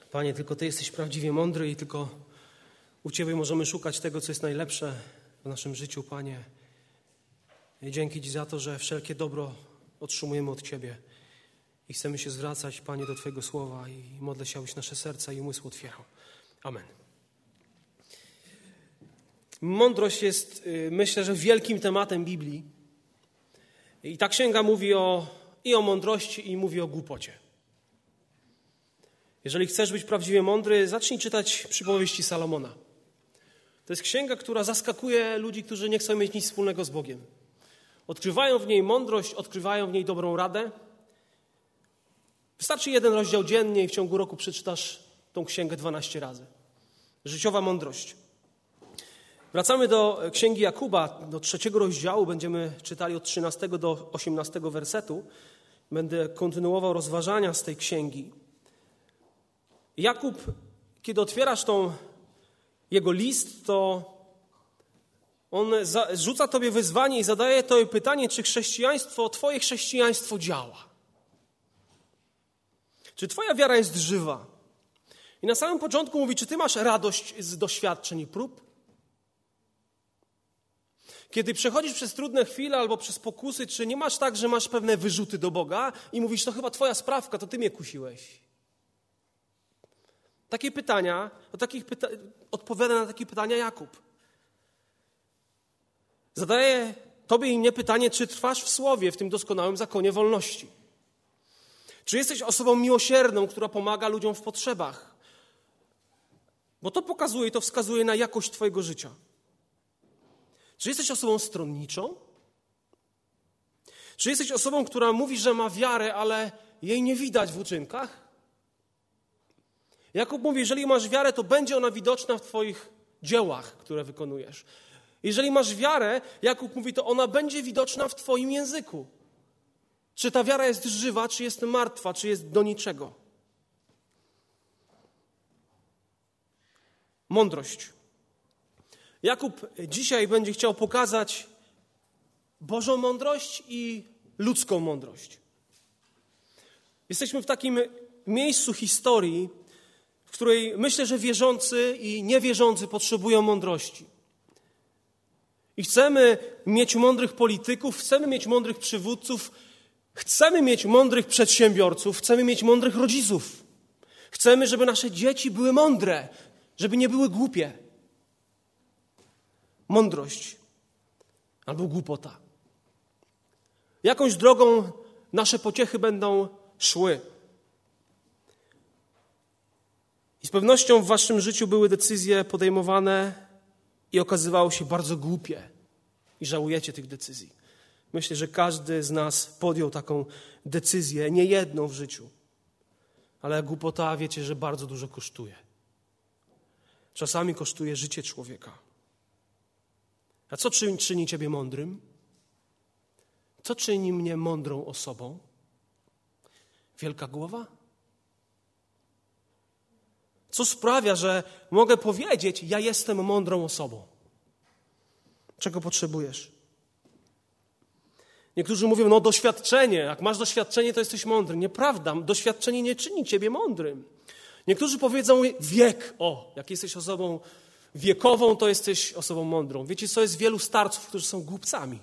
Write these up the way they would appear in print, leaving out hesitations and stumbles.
Panie, tylko Ty jesteś prawdziwie mądry i tylko u Ciebie możemy szukać tego, co jest najlepsze w naszym życiu, Panie. I dzięki Ci za to, że wszelkie dobro otrzymujemy od Ciebie. I chcemy się zwracać, Panie, do Twojego słowa i modlę się, abyś nasze serca i umysły otwierał. Amen. Mądrość jest, myślę, że wielkim tematem Biblii. I ta księga mówi i o mądrości, i mówi o głupocie. Jeżeli chcesz być prawdziwie mądry, zacznij czytać Przypowieści Salomona. To jest księga, która zaskakuje ludzi, którzy nie chcą mieć nic wspólnego z Bogiem. Odkrywają w niej mądrość, odkrywają w niej dobrą radę. Wystarczy 1 rozdział dziennie i w ciągu roku przeczytasz tą księgę 12 razy. Życiowa mądrość. Wracamy do księgi Jakuba, do 3 rozdziału. Będziemy czytali od 13 do 18 wersetu. Będę kontynuował rozważania z tej księgi. Jakub, kiedy otwierasz jego list, to on rzuca tobie wyzwanie i zadaje tobie pytanie, czy twoje chrześcijaństwo działa. Czy twoja wiara jest żywa? I na samym początku mówi, czy ty masz radość z doświadczeń i prób? Kiedy przechodzisz przez trudne chwile albo przez pokusy, czy nie masz tak, że masz pewne wyrzuty do Boga i mówisz, to chyba twoja sprawka, to ty mnie kusiłeś? Takie pytania, odpowiada na takie pytania Jakub. Zadaje tobie i mnie pytanie, czy trwasz w słowie, w tym doskonałym zakonie wolności. Czy jesteś osobą miłosierną, która pomaga ludziom w potrzebach? Bo to pokazuje i to wskazuje na jakość twojego życia. Czy jesteś osobą stronniczą? Czy jesteś osobą, która mówi, że ma wiarę, ale jej nie widać w uczynkach? Jakub mówi, jeżeli masz wiarę, to będzie ona widoczna w twoich dziełach, które wykonujesz. Jeżeli masz wiarę, Jakub mówi, to ona będzie widoczna w twoim języku. Czy ta wiara jest żywa, czy jest martwa, czy jest do niczego. Mądrość. Jakub dzisiaj będzie chciał pokazać Bożą mądrość i ludzką mądrość. Jesteśmy w takim miejscu historii, w której myślę, że wierzący i niewierzący potrzebują mądrości. I chcemy mieć mądrych polityków, chcemy mieć mądrych przywódców, chcemy mieć mądrych przedsiębiorców, chcemy mieć mądrych rodziców. Chcemy, żeby nasze dzieci były mądre, żeby nie były głupie. Mądrość albo głupota. Jakąś drogą nasze pociechy będą szły. I z pewnością w waszym życiu były decyzje podejmowane i okazywały się bardzo głupie. I żałujecie tych decyzji. Myślę, że każdy z nas podjął taką decyzję, nie jedną w życiu. Ale głupota, wiecie, że bardzo dużo kosztuje. Czasami kosztuje życie człowieka. A co czyni ciebie mądrym? Co czyni mnie mądrą osobą? Wielka głowa? Co sprawia, że mogę powiedzieć, ja jestem mądrą osobą? Czego potrzebujesz? Niektórzy mówią, doświadczenie. Jak masz doświadczenie, to jesteś mądry. Nieprawda, doświadczenie nie czyni ciebie mądrym. Niektórzy powiedzą, wiek. Jak jesteś osobą wiekową, to jesteś osobą mądrą. Wiecie, co jest wielu starców, którzy są głupcami.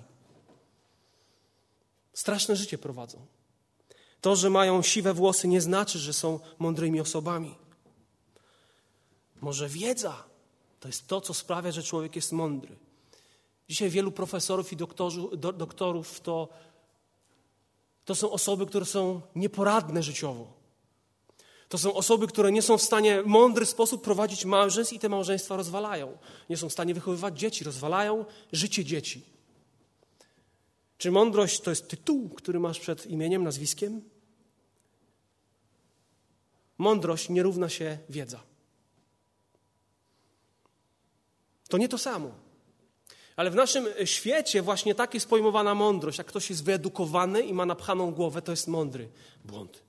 Straszne życie prowadzą. To, że mają siwe włosy, nie znaczy, że są mądrymi osobami. Może wiedza to jest to, co sprawia, że człowiek jest mądry. Dzisiaj wielu profesorów i doktorów to są osoby, które są nieporadne życiowo. To są osoby, które nie są w stanie w mądry sposób prowadzić małżeństw i te małżeństwa rozwalają. Nie są w stanie wychowywać dzieci, rozwalają życie dzieci. Czy mądrość to jest tytuł, który masz przed imieniem, nazwiskiem? Mądrość nie równa się wiedza. To nie to samo. Ale w naszym świecie właśnie tak jest pojmowana mądrość. Jak ktoś jest wyedukowany i ma napchaną głowę, to jest mądry. Błąd.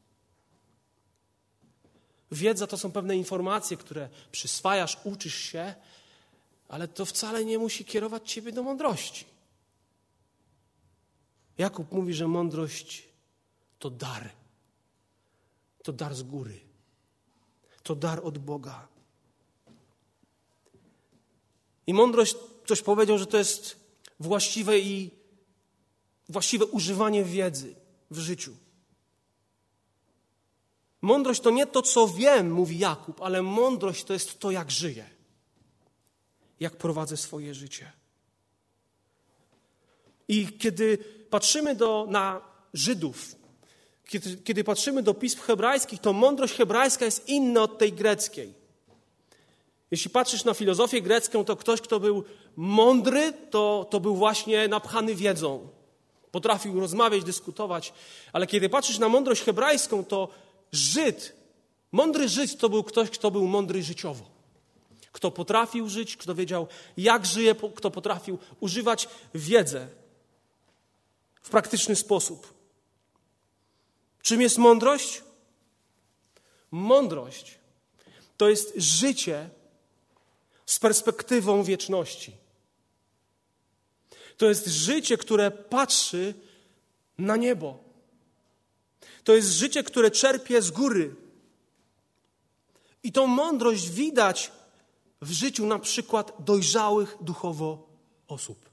Wiedza to są pewne informacje, które przyswajasz, uczysz się, ale to wcale nie musi kierować ciebie do mądrości. Jakub mówi, że mądrość to dar. To dar z góry. To dar od Boga. I mądrość, ktoś powiedział, że to jest właściwe używanie wiedzy w życiu. Mądrość to nie to, co wiem, mówi Jakub, ale mądrość to jest to, jak żyję. Jak prowadzę swoje życie. I kiedy patrzymy na Żydów, kiedy patrzymy do pism hebrajskich, to mądrość hebrajska jest inna od tej greckiej. Jeśli patrzysz na filozofię grecką, to ktoś, kto był mądry, to był właśnie napchany wiedzą. Potrafił rozmawiać, dyskutować. Ale kiedy patrzysz na mądrość hebrajską, to mądry Żyd to był ktoś, kto był mądry życiowo. Kto potrafił żyć, kto wiedział, jak żyje, kto potrafił używać wiedzę w praktyczny sposób. Czym jest mądrość? Mądrość to jest życie z perspektywą wieczności. To jest życie, które patrzy na niebo. To jest życie, które czerpie z góry. I tą mądrość widać w życiu na przykład dojrzałych duchowo osób.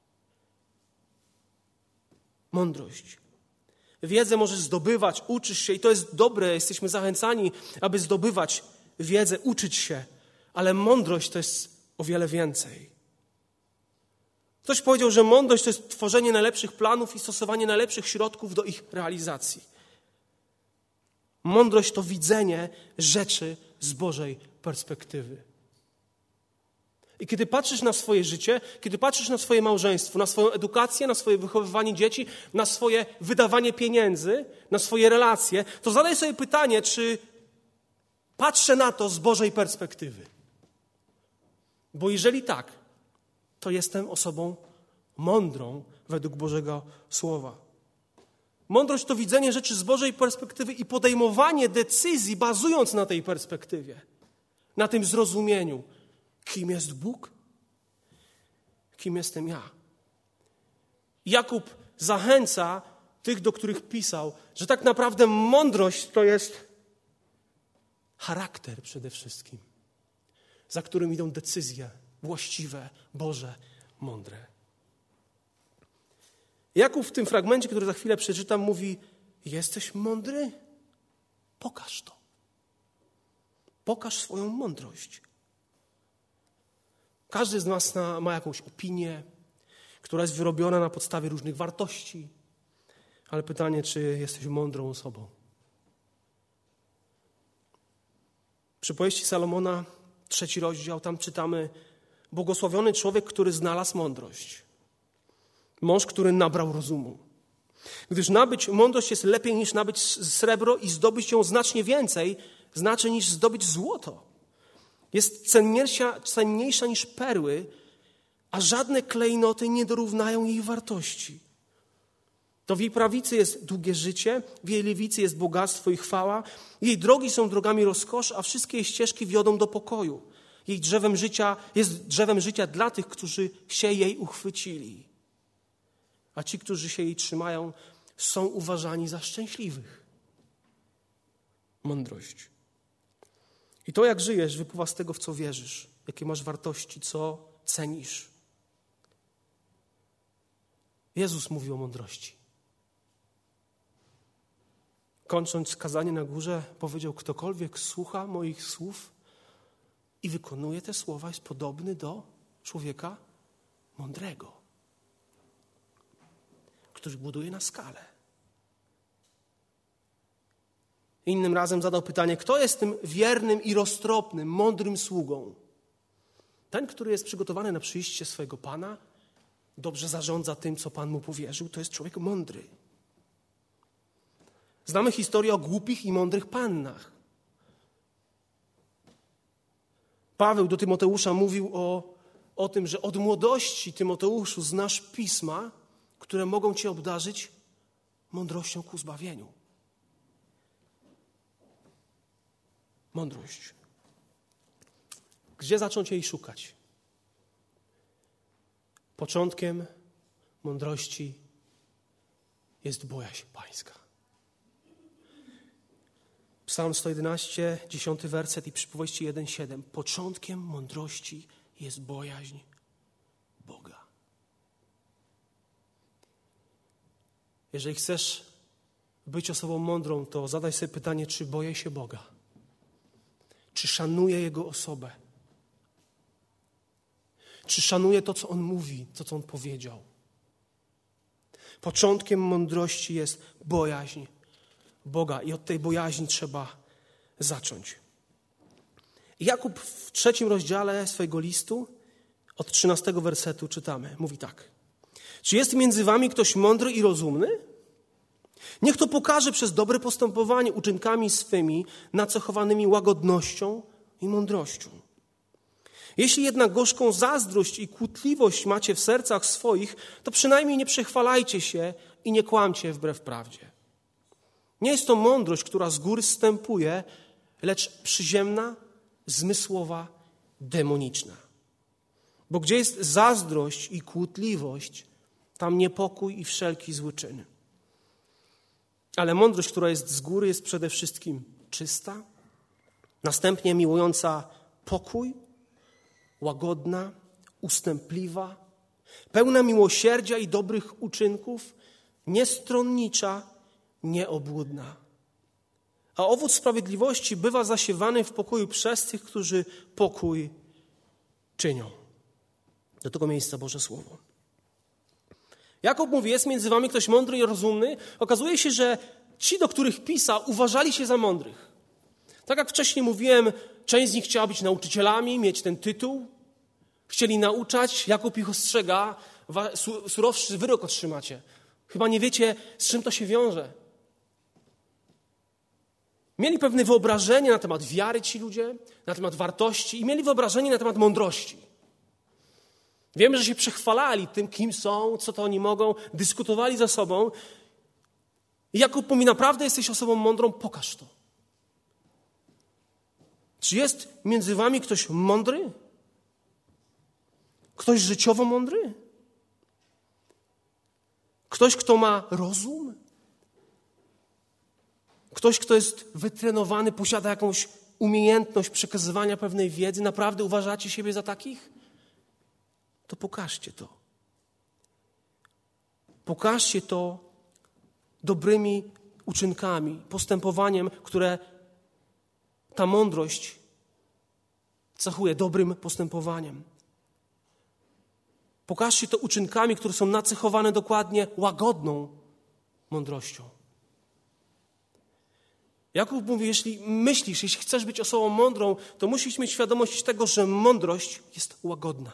Mądrość. Wiedzę możesz zdobywać, uczysz się i to jest dobre, jesteśmy zachęcani, aby zdobywać wiedzę, uczyć się, ale mądrość to jest o wiele więcej. Ktoś powiedział, że mądrość to jest tworzenie najlepszych planów i stosowanie najlepszych środków do ich realizacji. Mądrość to widzenie rzeczy z Bożej perspektywy. I kiedy patrzysz na swoje życie, kiedy patrzysz na swoje małżeństwo, na swoją edukację, na swoje wychowywanie dzieci, na swoje wydawanie pieniędzy, na swoje relacje, to zadaj sobie pytanie, czy patrzę na to z Bożej perspektywy. Bo jeżeli tak, to jestem osobą mądrą według Bożego Słowa. Mądrość to widzenie rzeczy z Bożej perspektywy i podejmowanie decyzji bazując na tej perspektywie, na tym zrozumieniu. Kim jest Bóg? Kim jestem ja? Jakub zachęca tych, do których pisał, że tak naprawdę mądrość to jest charakter przede wszystkim, za którym idą decyzje właściwe, Boże, mądre. Jakub w tym fragmencie, który za chwilę przeczytam, mówi: jesteś mądry? Pokaż to. Pokaż swoją mądrość. Każdy z nas ma jakąś opinię, która jest wyrobiona na podstawie różnych wartości. Ale pytanie, czy jesteś mądrą osobą? Przypowieści Salomona, 3 rozdział, tam czytamy: błogosławiony człowiek, który znalazł mądrość. Mąż, który nabrał rozumu. Gdyż nabyć mądrość jest lepiej niż nabyć srebro i zdobyć ją znacznie więcej, znaczy niż zdobyć złoto. Jest cenniejsza niż perły, a żadne klejnoty nie dorównają jej wartości. To w jej prawicy jest długie życie, w jej lewicy jest bogactwo i chwała. Jej drogi są drogami rozkoszy, a wszystkie jej ścieżki wiodą do pokoju. Jej jest drzewem życia dla tych, którzy się jej uchwycili. A ci, którzy się jej trzymają, są uważani za szczęśliwych. Mądrość. I to, jak żyjesz, wypływa z tego, w co wierzysz, jakie masz wartości, co cenisz. Jezus mówił o mądrości. Kończąc kazanie na górze, powiedział: ktokolwiek słucha moich słów i wykonuje te słowa, jest podobny do człowieka mądrego, który buduje na skalę. Innym razem zadał pytanie: kto jest tym wiernym i roztropnym, mądrym sługą? Ten, który jest przygotowany na przyjście swojego Pana, dobrze zarządza tym, co Pan mu powierzył, to jest człowiek mądry. Znamy historię o głupich i mądrych pannach. Paweł do Tymoteusza mówił o tym, że od młodości, Tymoteuszu, znasz pisma, które mogą cię obdarzyć mądrością ku zbawieniu. Mądrość. Gdzie zacząć jej szukać? Początkiem mądrości jest bojaźń Pańska. Psalm 111, 10 werset i Przypowieści 1:7. Początkiem mądrości jest bojaźń Boga. Jeżeli chcesz być osobą mądrą, to zadaj sobie pytanie, czy boję się Boga? Czy szanuję Jego osobę? Czy szanuję to, co On mówi, to, co On powiedział? Początkiem mądrości jest bojaźń Boga i od tej bojaźni trzeba zacząć. Jakub w 3 rozdziale swojego listu od 13 wersetu czytamy. Mówi tak. Czy jest między wami ktoś mądry i rozumny? Niech to pokaże przez dobre postępowanie uczynkami swymi nacechowanymi łagodnością i mądrością. Jeśli jednak gorzką zazdrość i kłótliwość macie w sercach swoich, to przynajmniej nie przechwalajcie się i nie kłamcie wbrew prawdzie. Nie jest to mądrość, która z góry zstępuje, lecz przyziemna, zmysłowa, demoniczna. Bo gdzie jest zazdrość i kłótliwość, tam niepokój i wszelki zły czyn. Ale mądrość, która jest z góry, jest przede wszystkim czysta, następnie miłująca pokój, łagodna, ustępliwa, pełna miłosierdzia i dobrych uczynków, niestronnicza, nieobłudna. A owoc sprawiedliwości bywa zasiewany w pokoju przez tych, którzy pokój czynią. Do tego miejsca Boże Słowo. Jakub mówi, jest między wami ktoś mądry i rozumny. Okazuje się, że ci, do których pisał, uważali się za mądrych. Tak jak wcześniej mówiłem, część z nich chciała być nauczycielami, mieć ten tytuł. Chcieli nauczać. Jakub ich ostrzega, surowszy wyrok otrzymacie. Chyba nie wiecie, z czym to się wiąże. Mieli pewne wyobrażenie na temat wiary ci ludzie, na temat wartości i mieli wyobrażenie na temat mądrości. Wiemy, że się przechwalali tym, kim są, co to oni mogą, dyskutowali ze sobą. I Jakub mówi, naprawdę jesteś osobą mądrą, pokaż to. Czy jest między wami ktoś mądry? Ktoś życiowo mądry? Ktoś, kto ma rozum? Ktoś, kto jest wytrenowany, posiada jakąś umiejętność przekazywania pewnej wiedzy? Naprawdę uważacie siebie za takich? To pokażcie to. Pokażcie to dobrymi uczynkami, postępowaniem, które ta mądrość cechuje, dobrym postępowaniem. Pokażcie to uczynkami, które są nacechowane dokładnie łagodną mądrością. Jakub mówi, jeśli myślisz, jeśli chcesz być osobą mądrą, to musisz mieć świadomość tego, że mądrość jest łagodna.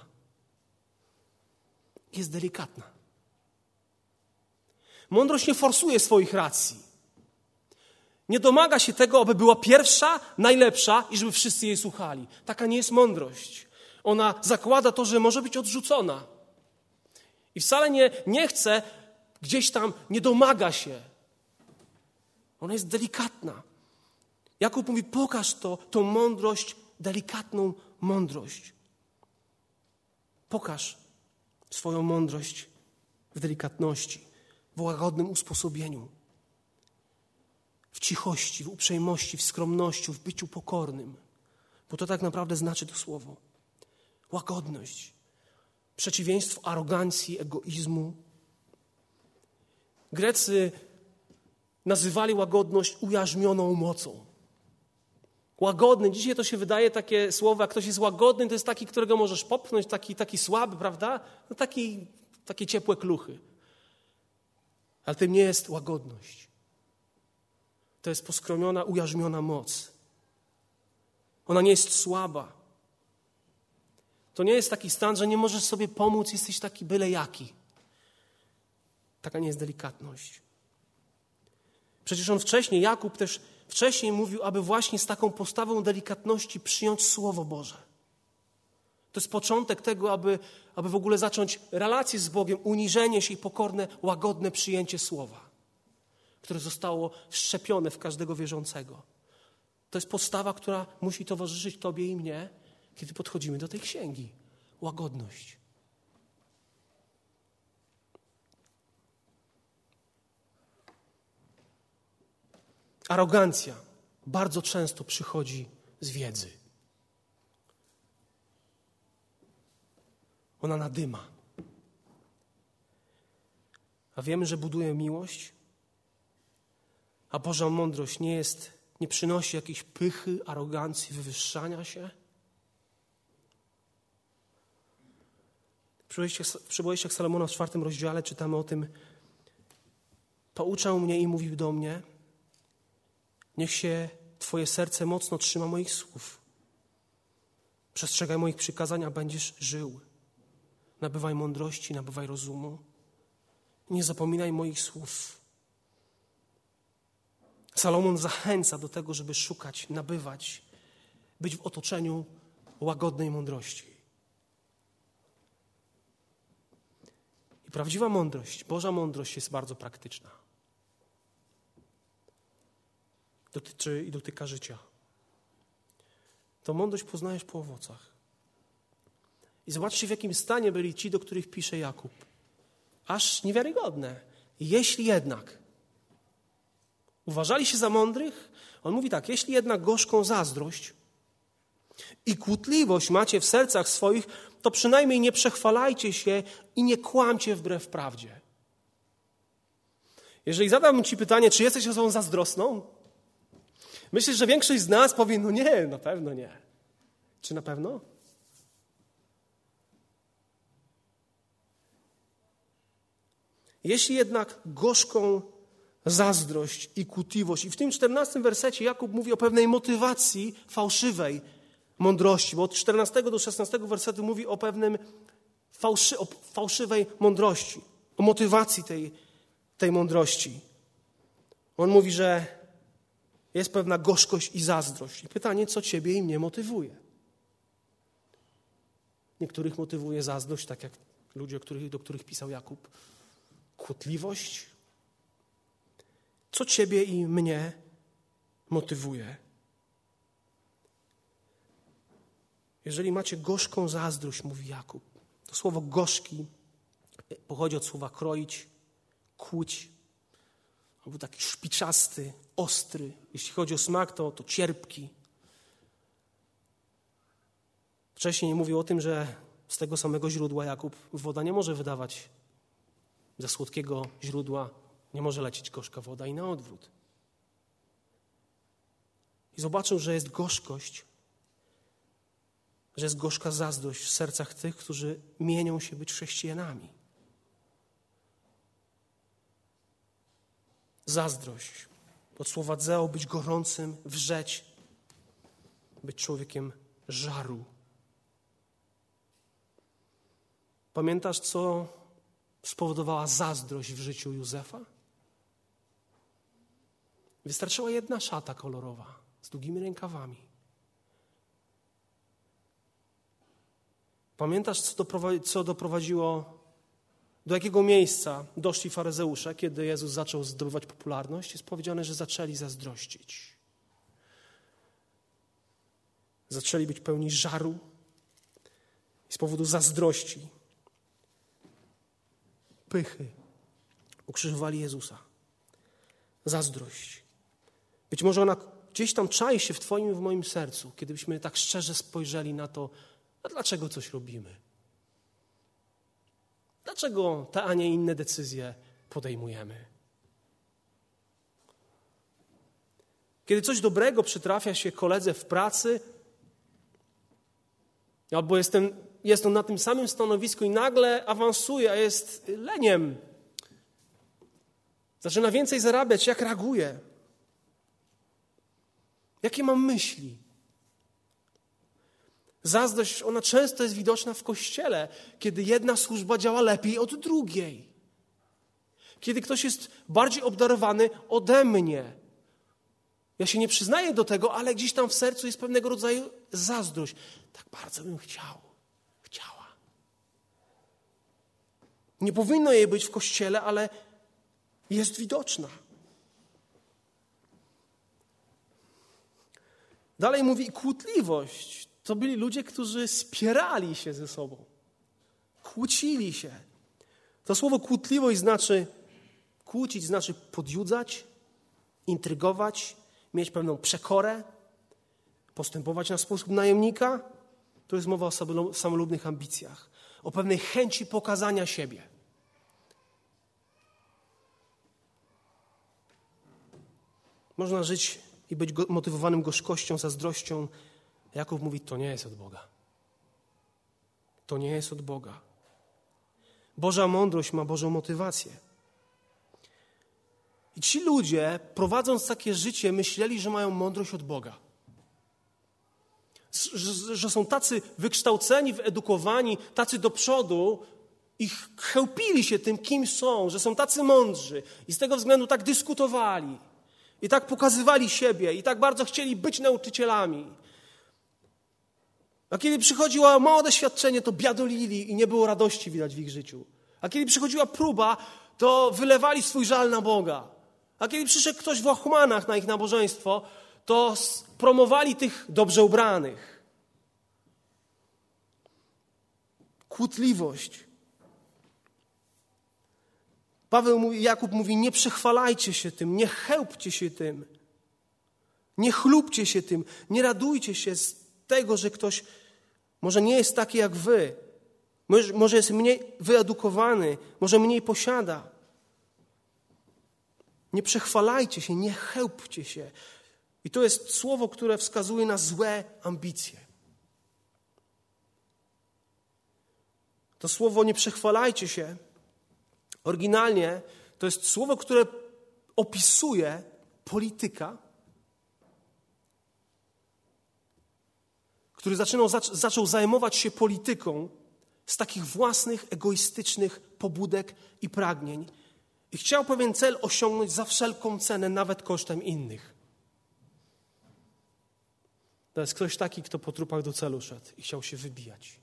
Jest delikatna. Mądrość nie forsuje swoich racji. Nie domaga się tego, aby była pierwsza, najlepsza i żeby wszyscy jej słuchali. Taka nie jest mądrość. Ona zakłada to, że może być odrzucona. I wcale nie chce, gdzieś tam nie domaga się. Ona jest delikatna. Jakub mówi, pokaż tą mądrość, delikatną mądrość. Pokaż swoją mądrość w delikatności, w łagodnym usposobieniu, w cichości, w uprzejmości, w skromności, w byciu pokornym. Bo to tak naprawdę znaczy to słowo. Łagodność. Przeciwieństwo arogancji, egoizmu. Grecy nazywali łagodność ujarzmioną mocą. Łagodny. Dzisiaj to się wydaje takie słowo, jak ktoś jest łagodny, to jest taki, którego możesz popchnąć, taki słaby, prawda? No takie ciepłe kluchy. Ale tym nie jest łagodność. To jest poskromiona, ujarzmiona moc. Ona nie jest słaba. To nie jest taki stan, że nie możesz sobie pomóc, jesteś taki byle jaki. Taka nie jest delikatność. Przecież Jakub też wcześniej mówił, aby właśnie z taką postawą delikatności przyjąć Słowo Boże. To jest początek tego, aby w ogóle zacząć relację z Bogiem, uniżenie się i pokorne, łagodne przyjęcie Słowa, które zostało wszczepione w każdego wierzącego. To jest postawa, która musi towarzyszyć Tobie i mnie, kiedy podchodzimy do tej księgi. Łagodność. Arogancja. bardzo często przychodzi z wiedzy. Ona nadyma. A wiemy, że buduje miłość, a Boża mądrość nie przynosi jakiejś pychy, arogancji, wywyższania się. W Przypowieściach Salomona w 4 rozdziale czytamy o tym: pouczał mnie i mówił do mnie, niech się Twoje serce mocno trzyma moich słów. Przestrzegaj moich przykazań, a będziesz żył. Nabywaj mądrości, nabywaj rozumu. Nie zapominaj moich słów. Salomon zachęca do tego, żeby szukać, nabywać, być w otoczeniu łagodnej mądrości. I prawdziwa mądrość, Boża mądrość jest bardzo praktyczna. Dotyka życia. To mądrość poznajesz po owocach. I zobaczcie, w jakim stanie byli ci, do których pisze Jakub. Aż niewiarygodne. Jeśli jednak uważali się za mądrych, on mówi tak: jeśli jednak gorzką zazdrość i kłótliwość macie w sercach swoich, to przynajmniej nie przechwalajcie się i nie kłamcie wbrew prawdzie. Jeżeli zadam ci pytanie, czy jesteś osobą zazdrosną, myślę, że większość z nas powie: no nie, na pewno nie. Czy na pewno? Jeśli jednak gorzką zazdrość i kłótliwość, i w tym 14 wersecie Jakub mówi o pewnej motywacji fałszywej mądrości, bo od 14 do 16 wersetu mówi o pewnym fałszywej mądrości, o motywacji tej mądrości. On mówi, że jest pewna gorzkość i zazdrość. I pytanie, co ciebie i mnie motywuje? Niektórych motywuje zazdrość, tak jak ludzie, do których pisał Jakub. Kłótliwość. Co ciebie i mnie motywuje? Jeżeli macie gorzką zazdrość, mówi Jakub, to słowo gorzki pochodzi od słowa kroić, kłuć, albo taki szpiczasty, ostry. Jeśli chodzi o smak, to cierpki. Wcześniej mówił o tym, że z tego samego źródła Jakub woda nie może wydawać. Ze słodkiego źródła nie może lecieć gorzka woda i na odwrót. I zobaczył, że jest gorzkość, że jest gorzka zazdrość w sercach tych, którzy mienią się być chrześcijanami. Zazdrość. Od słowa dzeo być gorącym, wrzeć, być człowiekiem żaru. Pamiętasz, co spowodowała zazdrość w życiu Józefa? Wystarczyła jedna szata kolorowa z długimi rękawami. Pamiętasz, co doprowadziło, do jakiego miejsca doszli faryzeusze, kiedy Jezus zaczął zdobywać popularność? Jest powiedziane, że zaczęli zazdrościć. Zaczęli być pełni żaru i z powodu zazdrości, pychy ukrzyżowali Jezusa. Zazdrość. Być może ona gdzieś tam czai się w twoim i w moim sercu, kiedybyśmy tak szczerze spojrzeli na to, a dlaczego coś robimy? Dlaczego te, a nie inne decyzje podejmujemy? Kiedy coś dobrego przytrafia się koledze w pracy, albo jest on na tym samym stanowisku i nagle awansuje, a jest leniem, zaczyna więcej zarabiać, jak reaguje? Jakie mam myśli? Zazdrość, ona często jest widoczna w Kościele, kiedy jedna służba działa lepiej od drugiej. Kiedy ktoś jest bardziej obdarowany ode mnie. Ja się nie przyznaję do tego, ale gdzieś tam w sercu jest pewnego rodzaju zazdrość. Tak bardzo bym chciała. Nie powinno jej być w Kościele, ale jest widoczna. Dalej mówi kłótliwość. To byli ludzie, którzy spierali się ze sobą. Kłócili się. To słowo kłótliwość znaczy, kłócić znaczy podjudzać, intrygować, mieć pewną przekorę, postępować na sposób najemnika. To jest mowa o samolubnych ambicjach, o pewnej chęci pokazania siebie. Można żyć i być motywowanym gorzkością, zazdrością. Jakub mówi, to nie jest od Boga. To nie jest od Boga. Boża mądrość ma Bożą motywację. I ci ludzie, prowadząc takie życie, myśleli, że mają mądrość od Boga. Że są tacy wykształceni, wyedukowani, tacy do przodu i chełpili się tym, kim są, że są tacy mądrzy i z tego względu tak dyskutowali i tak pokazywali siebie i tak bardzo chcieli być nauczycielami. A kiedy przychodziło małe doświadczenie, to biadolili i nie było radości widać w ich życiu. A kiedy przychodziła próba, to wylewali swój żal na Boga. A kiedy przyszedł ktoś w łachmanach na ich nabożeństwo, to promowali tych dobrze ubranych. Kłótliwość. Jakub mówi, nie przechwalajcie się tym, nie chełpcie się tym, nie chlubcie się tym, nie radujcie się z tego, że ktoś może nie jest taki jak wy, może jest mniej wyedukowany, może mniej posiada. Nie przechwalajcie się, nie chełpcie się. I to jest słowo, które wskazuje na złe ambicje. To słowo nie przechwalajcie się, oryginalnie to jest słowo, które opisuje polityka, który zaczął zajmować się polityką z takich własnych, egoistycznych pobudek i pragnień i chciał pewien cel osiągnąć za wszelką cenę, nawet kosztem innych. To jest ktoś taki, kto po trupach do celu szedł i chciał się wybijać.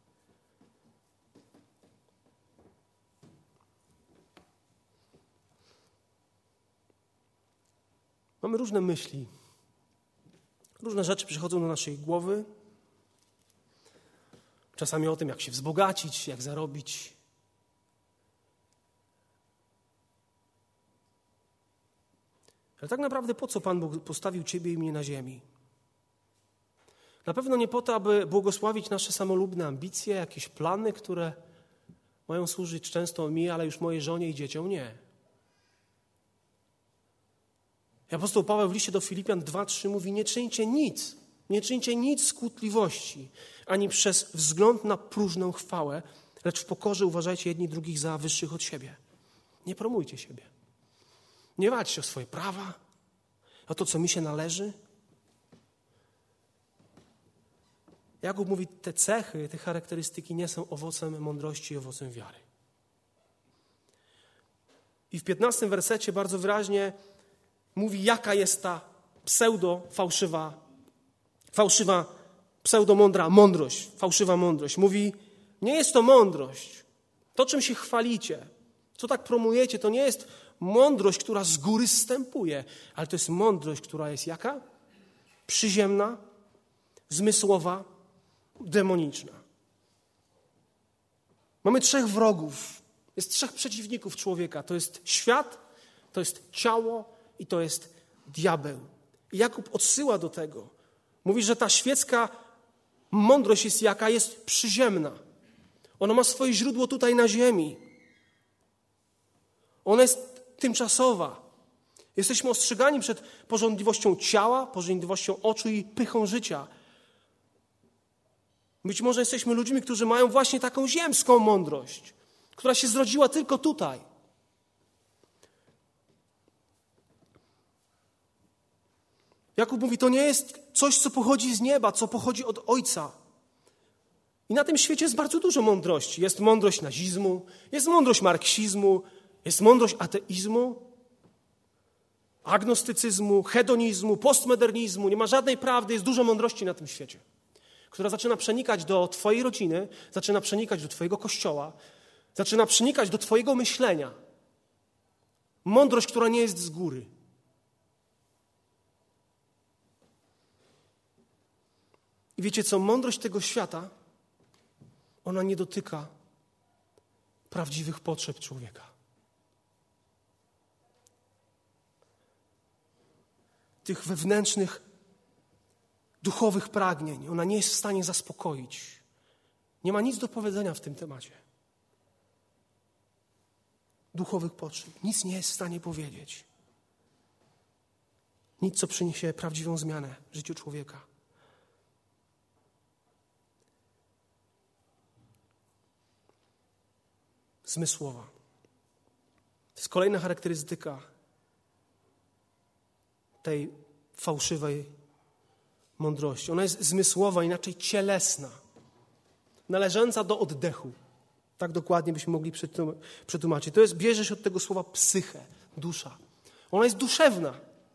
Mamy różne myśli. Różne rzeczy przychodzą do naszej głowy. Czasami o tym, jak się wzbogacić, jak zarobić. Ale tak naprawdę po co Pan Bóg postawił Ciebie i mnie na ziemi? Na pewno nie po to, aby błogosławić nasze samolubne ambicje, jakieś plany, które mają służyć często mi, ale już mojej żonie i dzieciom. Nie. I apostoł Paweł w liście do Filipian 2:3 mówi, nie czyńcie nic z kłótliwości, ani przez wzgląd na próżną chwałę, lecz w pokorze uważajcie jedni drugich za wyższych od siebie. Nie promujcie siebie. Nie walczcie o swoje prawa, o to, co mi się należy. Jakub mówi, te cechy, te charakterystyki nie są owocem mądrości i owocem wiary. I w 15 wersecie bardzo wyraźnie mówi, jaka jest ta pseudomądra mądrość, fałszywa mądrość. Mówi, nie jest to mądrość. To, czym się chwalicie, co tak promujecie, to nie jest mądrość, która z góry zstępuje, ale to jest mądrość, która jest jaka? Przyziemna, zmysłowa, demoniczna. Mamy 3 wrogów. Jest 3 przeciwników człowieka. To jest świat, to jest ciało i to jest diabeł. I Jakub odsyła do tego. Mówi, że ta świecka mądrość jest jaka? Jest przyziemna. Ona ma swoje źródło tutaj na ziemi. Ona jest tymczasowa. Jesteśmy ostrzegani przed pożądliwością ciała, pożądliwością oczu i pychą życia. Być może jesteśmy ludźmi, którzy mają właśnie taką ziemską mądrość, która się zrodziła tylko tutaj. Jakub mówi, to nie jest coś, co pochodzi z nieba, co pochodzi od Ojca. I na tym świecie jest bardzo dużo mądrości. Jest mądrość nazizmu, jest mądrość marksizmu, jest mądrość ateizmu, agnostycyzmu, hedonizmu, postmodernizmu. Nie ma żadnej prawdy, jest dużo mądrości na tym świecie, która zaczyna przenikać do twojej rodziny, zaczyna przenikać do twojego kościoła, zaczyna przenikać do twojego myślenia. Mądrość, która nie jest z góry. I wiecie co? Mądrość tego świata, ona nie dotyka prawdziwych potrzeb człowieka. tych wewnętrznych, duchowych pragnień. Ona nie jest w stanie zaspokoić. Nie ma nic do powiedzenia w tym temacie. Duchowych potrzeb. Nic nie jest w stanie powiedzieć. Nic, co przyniesie prawdziwą zmianę w życiu człowieka. Zmysłowa. To jest kolejna charakterystyka tej fałszywej mądrości. Ona jest zmysłowa, inaczej cielesna. Należąca do oddechu. Tak dokładnie byśmy mogli przetłumaczyć. To jest, bierze się od tego słowa psyche, dusza. Ona jest duszewna.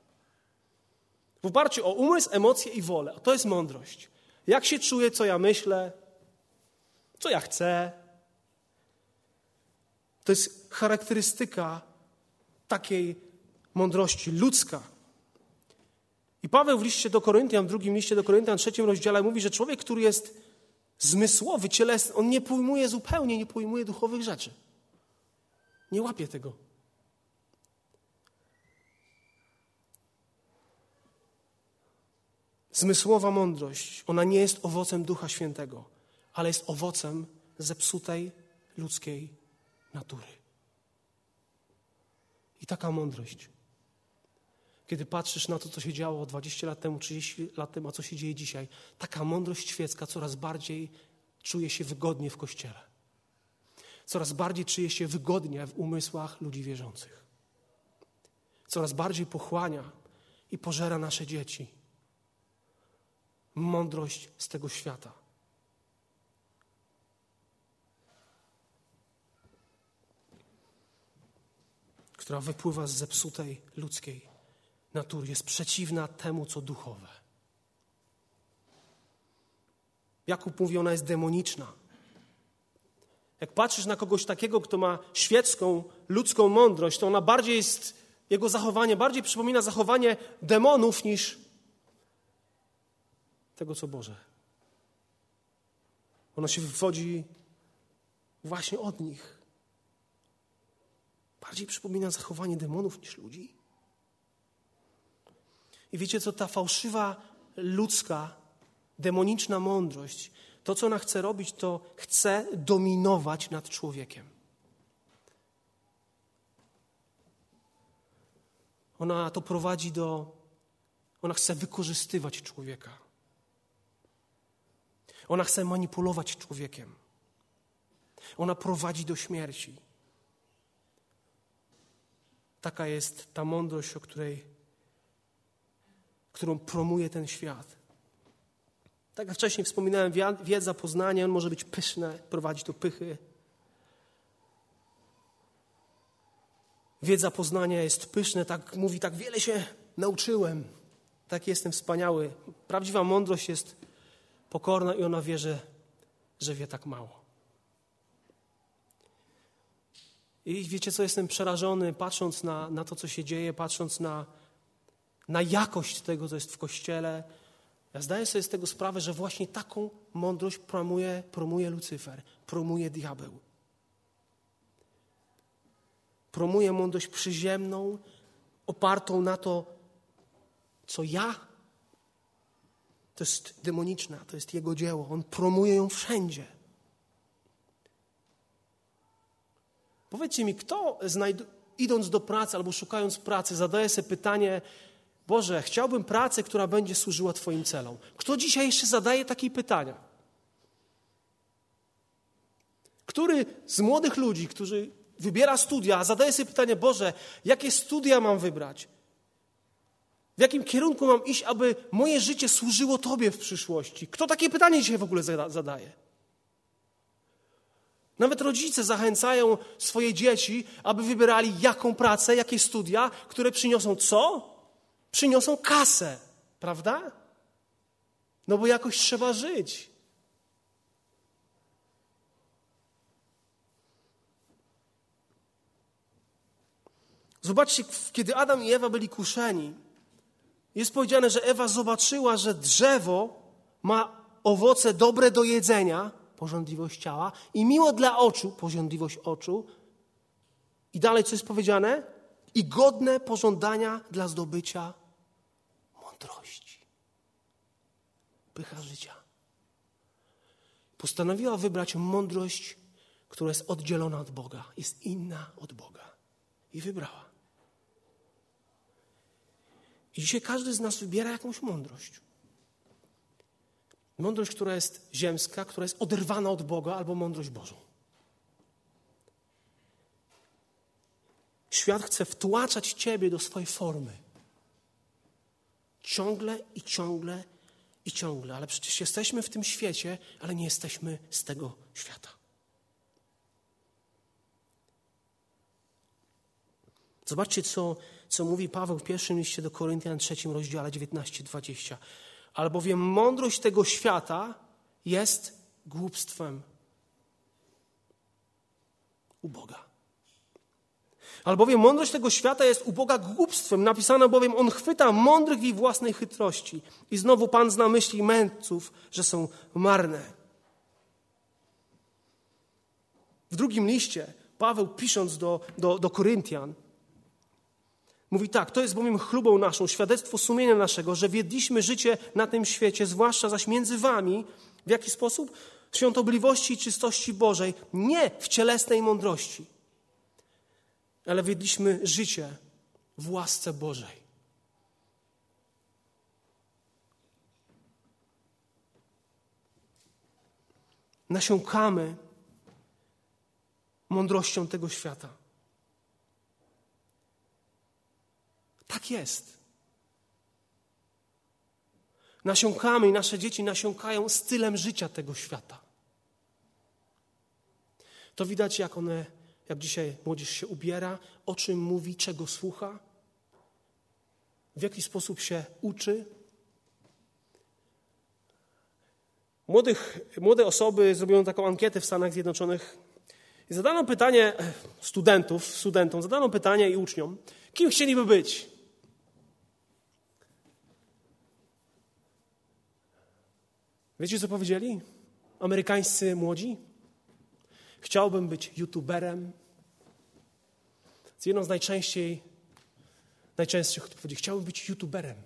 W oparciu o umysł, emocje i wolę. To jest mądrość. Jak się czuję, co ja myślę, co ja chcę. To jest charakterystyka takiej mądrości ludzka. I Paweł w liście do Koryntian, w drugim liście do Koryntian, 3 rozdziale mówi, że człowiek, który jest zmysłowy, cielesny, on nie pojmuje duchowych rzeczy. Nie łapie tego. Zmysłowa mądrość, ona nie jest owocem Ducha Świętego, ale jest owocem zepsutej ludzkiej natury. I taka mądrość, kiedy patrzysz na to, co się działo 20 lat temu, 30 lat temu, a co się dzieje dzisiaj, taka mądrość świecka coraz bardziej czuje się wygodnie w Kościele. Coraz bardziej czuje się wygodnie w umysłach ludzi wierzących. Coraz bardziej pochłania i pożera nasze dzieci. Mądrość z tego świata. Która wypływa z zepsutej ludzkiej natury. Jest przeciwna temu, co duchowe. Jakub mówi, ona jest demoniczna. Jak patrzysz na kogoś takiego, kto ma świecką, ludzką mądrość, to ona bardziej jest, jego zachowanie bardziej przypomina zachowanie demonów niż tego, co Boże. Ono się wywodzi właśnie od nich. Bardziej przypomina zachowanie demonów niż ludzi. I wiecie co, ta fałszywa, ludzka, demoniczna mądrość, to co ona chce robić, to chce dominować nad człowiekiem. Ona to prowadzi ona chce wykorzystywać człowieka. Ona chce manipulować człowiekiem. Ona prowadzi do śmierci. Taka jest ta mądrość, którą promuje ten świat. Tak jak wcześniej wspominałem, wiedza, poznanie, on może być pyszne, prowadzić do pychy. Wiedza, poznania jest pyszne, tak mówi, tak wiele się nauczyłem, tak jestem wspaniały. Prawdziwa mądrość jest pokorna i ona wie, że wie tak mało. I wiecie co, jestem przerażony, patrząc na to, co się dzieje, patrząc na jakość tego, co jest w Kościele. Ja zdaję sobie z tego sprawę, że właśnie taką mądrość promuje Lucyfer, promuje diabeł. Promuje mądrość przyziemną, opartą na to, co ja. To jest demoniczne, to jest jego dzieło. On promuje ją wszędzie. Powiedzcie mi, kto idąc do pracy albo szukając pracy, zadaje sobie pytanie: Boże, chciałbym pracę, która będzie służyła Twoim celom. Kto dzisiaj jeszcze zadaje takie pytania? Który z młodych ludzi, którzy wybiera studia, zadaje sobie pytanie: Boże, jakie studia mam wybrać? W jakim kierunku mam iść, aby moje życie służyło Tobie w przyszłości? Kto takie pytanie dzisiaj w ogóle zadaje? Nawet rodzice zachęcają swoje dzieci, aby wybierali jaką pracę, jakie studia, które przyniosą co? Przyniosą kasę, prawda? No bo jakoś trzeba żyć. Zobaczcie, kiedy Adam i Ewa byli kuszeni, jest powiedziane, że Ewa zobaczyła, że drzewo ma owoce dobre do jedzenia, pożądliwość ciała, i miło dla oczu, pożądliwość oczu. I dalej co jest powiedziane? I godne pożądania dla zdobycia mądrości. Pycha życia. Postanowiła wybrać mądrość, która jest oddzielona od Boga, jest inna od Boga. I wybrała. I dzisiaj każdy z nas wybiera jakąś mądrość. Mądrość, która jest ziemska, która jest oderwana od Boga, albo mądrość Bożą. Świat chce wtłaczać ciebie do swojej formy. Ciągle i ciągle i ciągle. Ale przecież jesteśmy w tym świecie, ale nie jesteśmy z tego świata. Zobaczcie, co mówi Paweł w pierwszym liście do Koryntian, 3 rozdziale 19-20. Albowiem mądrość tego świata jest głupstwem u Boga. Albowiem mądrość tego świata jest u Boga głupstwem. Napisano bowiem, on chwyta mądrych w ich własnej chytrości. I znowu Pan zna myśli mędrców, że są marne. W drugim liście Paweł, pisząc do Koryntian, mówi tak: to jest bowiem chlubą naszą, świadectwo sumienia naszego, że wiedliśmy życie na tym świecie, zwłaszcza zaś między wami. W jaki sposób? W świątobliwości i czystości Bożej, nie w cielesnej mądrości, ale wiedliśmy życie w łasce Bożej. Nasiąkamy mądrością tego świata. Tak jest. Nasiąkamy i nasze dzieci nasiąkają stylem życia tego świata. To widać, jak dzisiaj młodzież się ubiera, o czym mówi, czego słucha, w jaki sposób się uczy. Młode osoby zrobiono taką ankietę w Stanach Zjednoczonych i zadano pytanie studentom zadano pytanie i uczniom, kim chcieliby być? Wiecie, co powiedzieli amerykańscy młodzi? Chciałbym być youtuberem. To jedną z najczęstszych odpowiedzi. Chciałbym być youtuberem.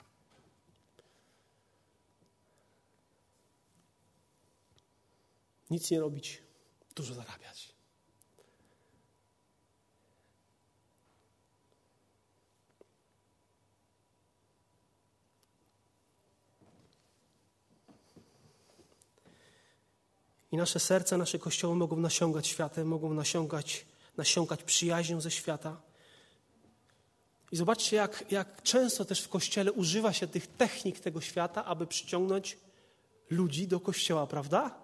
Nic nie robić, dużo zarabiać. I nasze serca, nasze kościoły mogą nasiągać światem, mogą nasiąkać przyjaźnią ze świata. I zobaczcie, jak często też w Kościele używa się tych technik tego świata, aby przyciągnąć ludzi do Kościoła, prawda?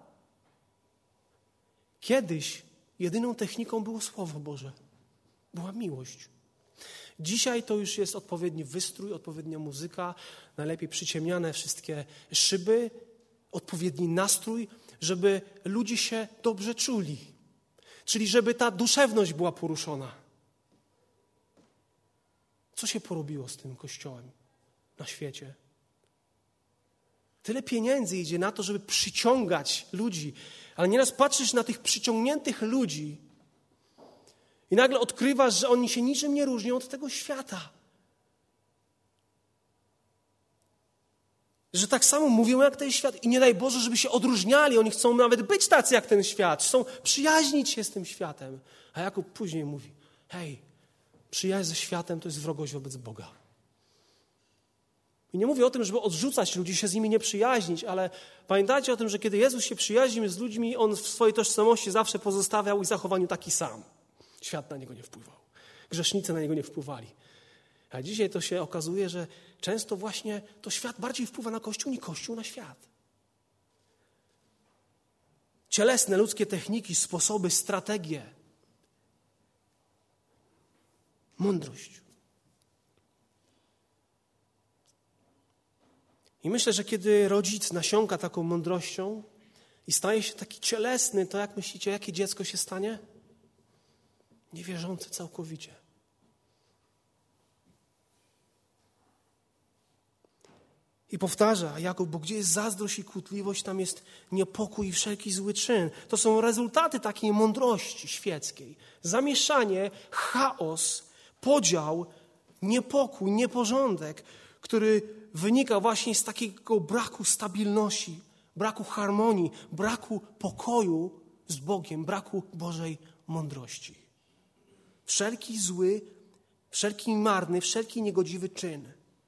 Kiedyś jedyną techniką było Słowo Boże. Była miłość. Dzisiaj to już jest odpowiedni wystrój, odpowiednia muzyka, najlepiej przyciemniane wszystkie szyby, odpowiedni nastrój, żeby ludzie się dobrze czuli. Czyli żeby ta duszewność była poruszona. Co się porobiło z tym Kościołem na świecie? Tyle pieniędzy idzie na to, żeby przyciągać ludzi, ale nieraz patrzysz na tych przyciągniętych ludzi i nagle odkrywasz, że oni się niczym nie różnią od tego świata. Że tak samo mówią jak ten świat i nie daj Boże, żeby się odróżniali. Oni chcą nawet być tacy jak ten świat. Chcą przyjaźnić się z tym światem. A Jakub później mówi, hej, przyjaźń ze światem to jest wrogość wobec Boga. I nie mówię o tym, żeby odrzucać ludzi, się z nimi nie przyjaźnić, ale pamiętajcie o tym, że kiedy Jezus się przyjaźnił z ludźmi, On w swojej tożsamości zawsze pozostawiał i zachowaniu taki sam. Świat na Niego nie wpływał. Grzesznicy na Niego nie wpływali. A dzisiaj to się okazuje, że często właśnie to świat bardziej wpływa na Kościół, niż Kościół na świat. Cielesne, ludzkie techniki, sposoby, strategie. Mądrość. I myślę, że kiedy rodzic nasiąka taką mądrością i staje się taki cielesny, to jak myślicie, jakie dziecko się stanie? Niewierzące całkowicie. I powtarza Jakub, bo gdzie jest zazdrość i kłótliwość, tam jest niepokój i wszelki zły czyn. To są rezultaty takiej mądrości świeckiej. Zamieszanie, chaos, podział, niepokój, nieporządek, który wynika właśnie z takiego braku stabilności, braku harmonii, braku pokoju z Bogiem, braku Bożej mądrości. Wszelki zły, wszelki marny, wszelki niegodziwy czyn.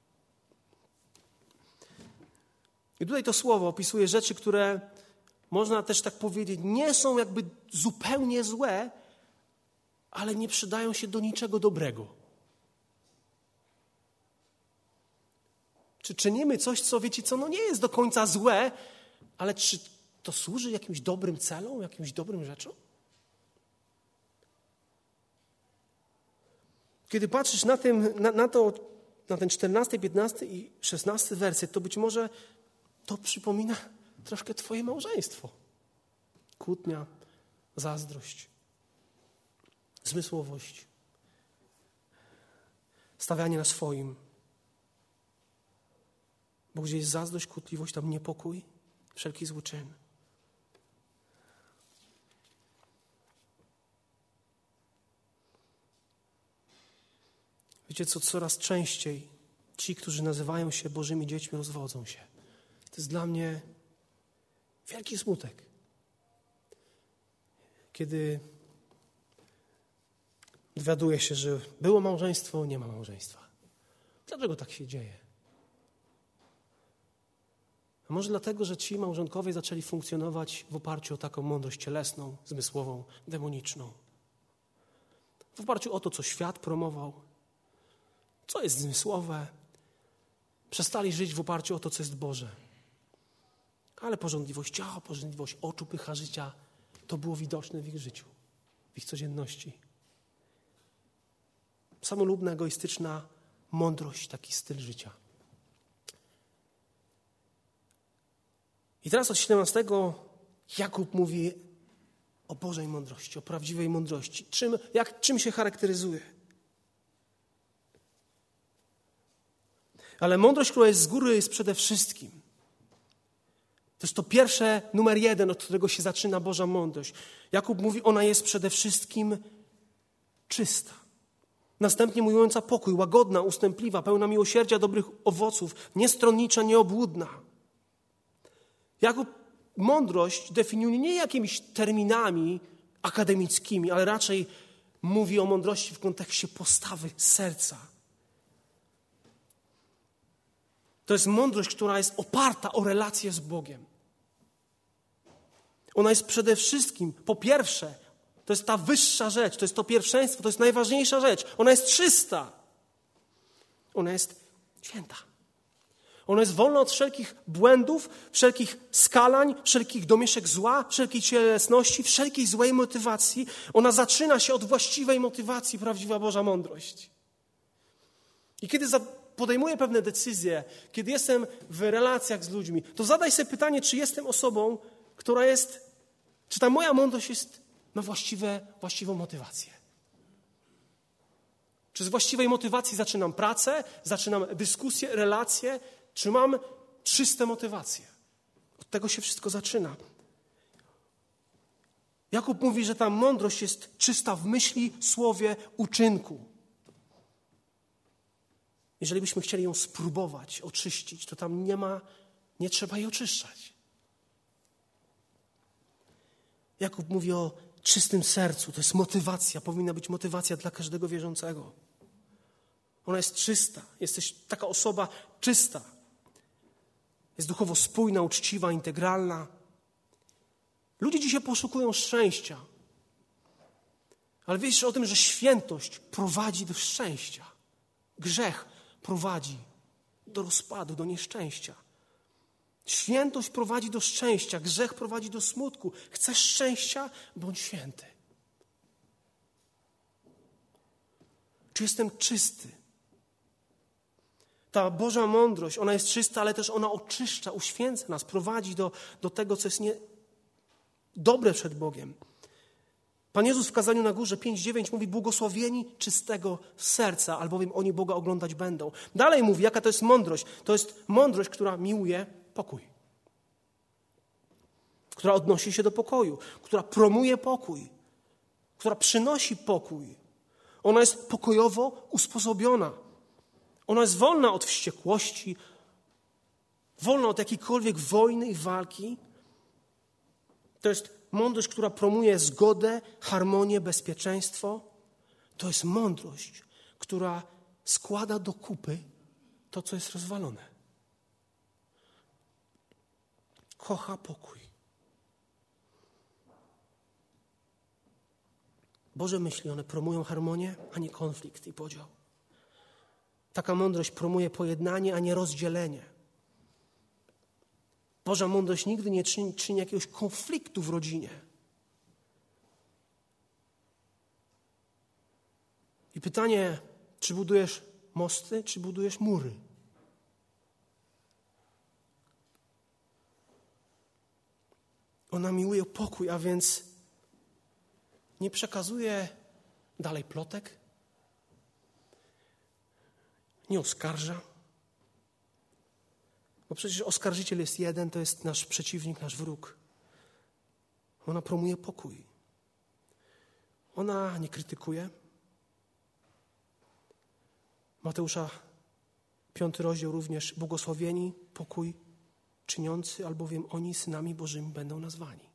I tutaj to słowo opisuje rzeczy, które można też tak powiedzieć, nie są jakby zupełnie złe, ale nie przydają się do niczego dobrego. Czy czynimy coś, co wiecie co, no nie jest do końca złe, ale czy to służy jakimś dobrym celom, jakimś dobrym rzeczom? Kiedy patrzysz na ten 14, 15 i 16 werset, to być może to przypomina troszkę twoje małżeństwo. Kłótnia, zazdrość, zmysłowość, stawianie na swoim. Bo gdzie jest zazdrość, kłótliwość, tam niepokój, wszelki zły czyn. Wiecie co, coraz częściej ci, którzy nazywają się Bożymi dziećmi, rozwodzą się. To jest dla mnie wielki smutek. Kiedy dowiaduję się, że było małżeństwo, nie ma małżeństwa. Dlaczego tak się dzieje? A może dlatego, że ci małżonkowie zaczęli funkcjonować w oparciu o taką mądrość cielesną, zmysłową, demoniczną. W oparciu o to, co świat promował, co jest zmysłowe. Przestali żyć w oparciu o to, co jest Boże. Ale pożądliwość ciała, pożądliwość oczu, pycha życia, to było widoczne w ich życiu, w ich codzienności. Samolubna, egoistyczna mądrość, taki styl życia. I teraz od 17 Jakub mówi o Bożej mądrości, o prawdziwej mądrości. Czym się charakteryzuje? Ale mądrość, która jest z góry, jest przede wszystkim. To jest to pierwsze, numer 1, od którego się zaczyna Boża mądrość. Jakub mówi, ona jest przede wszystkim czysta. Następnie mówiąca pokój, łagodna, ustępliwa, pełna miłosierdzia, dobrych owoców, niestronnicza, nieobłudna. Jakub mądrość definiuje nie jakimiś terminami akademickimi, ale raczej mówi o mądrości w kontekście postawy serca. To jest mądrość, która jest oparta o relację z Bogiem. Ona jest przede wszystkim, po pierwsze, to jest ta wyższa rzecz, to jest to pierwszeństwo, to jest najważniejsza rzecz. Ona jest czysta. Ona jest święta. Ona jest wolna od wszelkich błędów, wszelkich skalań, wszelkich domieszek zła, wszelkiej cielesności, wszelkiej złej motywacji. Ona zaczyna się od właściwej motywacji, prawdziwa Boża mądrość. I kiedy podejmuję pewne decyzje, kiedy jestem w relacjach z ludźmi, to zadaj sobie pytanie, czy jestem osobą, czy ta moja mądrość ma właściwą motywację. Czy z właściwej motywacji zaczynam pracę, zaczynam dyskusję, relacje, czy mam czyste motywacje? Od tego się wszystko zaczyna. Jakub mówi, że ta mądrość jest czysta w myśli, słowie, uczynku. Jeżeli byśmy chcieli ją spróbować oczyścić, to tam nie trzeba jej oczyszczać. Jakub mówi o czystym sercu. To jest motywacja, powinna być motywacja dla każdego wierzącego. Ona jest czysta. Jesteś taka osoba czysta. Jest duchowo spójna, uczciwa, integralna. Ludzie dzisiaj poszukują szczęścia. Ale wiesz o tym, że świętość prowadzi do szczęścia. Grzech prowadzi do rozpadu, do nieszczęścia. Świętość prowadzi do szczęścia, grzech prowadzi do smutku. Chcesz szczęścia? Bądź święty. Czy jestem czysty? Ta Boża mądrość, ona jest czysta, ale też ona oczyszcza, uświęca nas, prowadzi do tego, co jest dobre przed Bogiem. Pan Jezus w kazaniu na górze 5:9 mówi, błogosławieni czystego serca, albowiem oni Boga oglądać będą. Dalej mówi, jaka to jest mądrość. To jest mądrość, która miłuje pokój. Która odnosi się do pokoju. Która promuje pokój. Która przynosi pokój. Ona jest pokojowo usposobiona. Ona jest wolna od wściekłości, wolna od jakiejkolwiek wojny i walki. To jest mądrość, która promuje zgodę, harmonię, bezpieczeństwo. To jest mądrość, która składa do kupy to, co jest rozwalone. Kocha pokój. Boże myśli, one promują harmonię, a nie konflikt i podział. Taka mądrość promuje pojednanie, a nie rozdzielenie. Boża mądrość nigdy nie czyni jakiegoś konfliktu w rodzinie. I pytanie, czy budujesz mosty, czy budujesz mury? Ona miłuje pokój, a więc nie przekazuje dalej plotek, nie oskarża. Bo przecież oskarżyciel jest jeden, to jest nasz przeciwnik, nasz wróg. Ona promuje pokój. Ona nie krytykuje. Mateusza 5 rozdział również: błogosławieni pokój czyniący, albowiem oni synami Bożymi będą nazwani.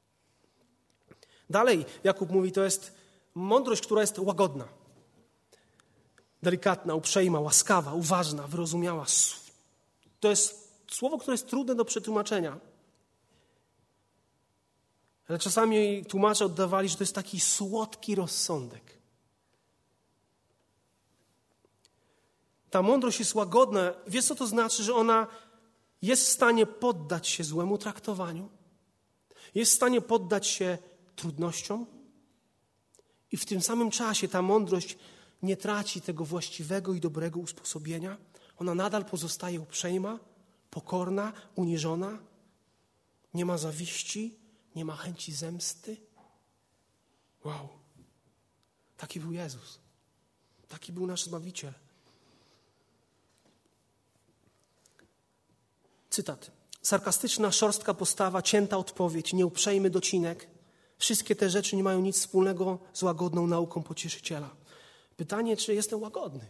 Dalej Jakub mówi, to jest mądrość, która jest łagodna, delikatna, uprzejma, łaskawa, uważna, wyrozumiała. To jest słowo, które jest trudne do przetłumaczenia. Ale czasami tłumacze oddawali, że to jest taki słodki rozsądek. Ta mądrość jest łagodna. Wiesz, co to znaczy? Że ona jest w stanie poddać się złemu traktowaniu, jest w stanie poddać się trudnościom i w tym samym czasie ta mądrość nie traci tego właściwego i dobrego usposobienia. Ona nadal pozostaje uprzejma, pokorna, uniżona. Nie ma zawiści, nie ma chęci zemsty. Wow. Taki był Jezus. Taki był nasz Zbawiciel. Cytat. Sarkastyczna, szorstka postawa, cięta odpowiedź, nieuprzejmy docinek. Wszystkie te rzeczy nie mają nic wspólnego z łagodną nauką Pocieszyciela. Pytanie, czy jestem łagodny?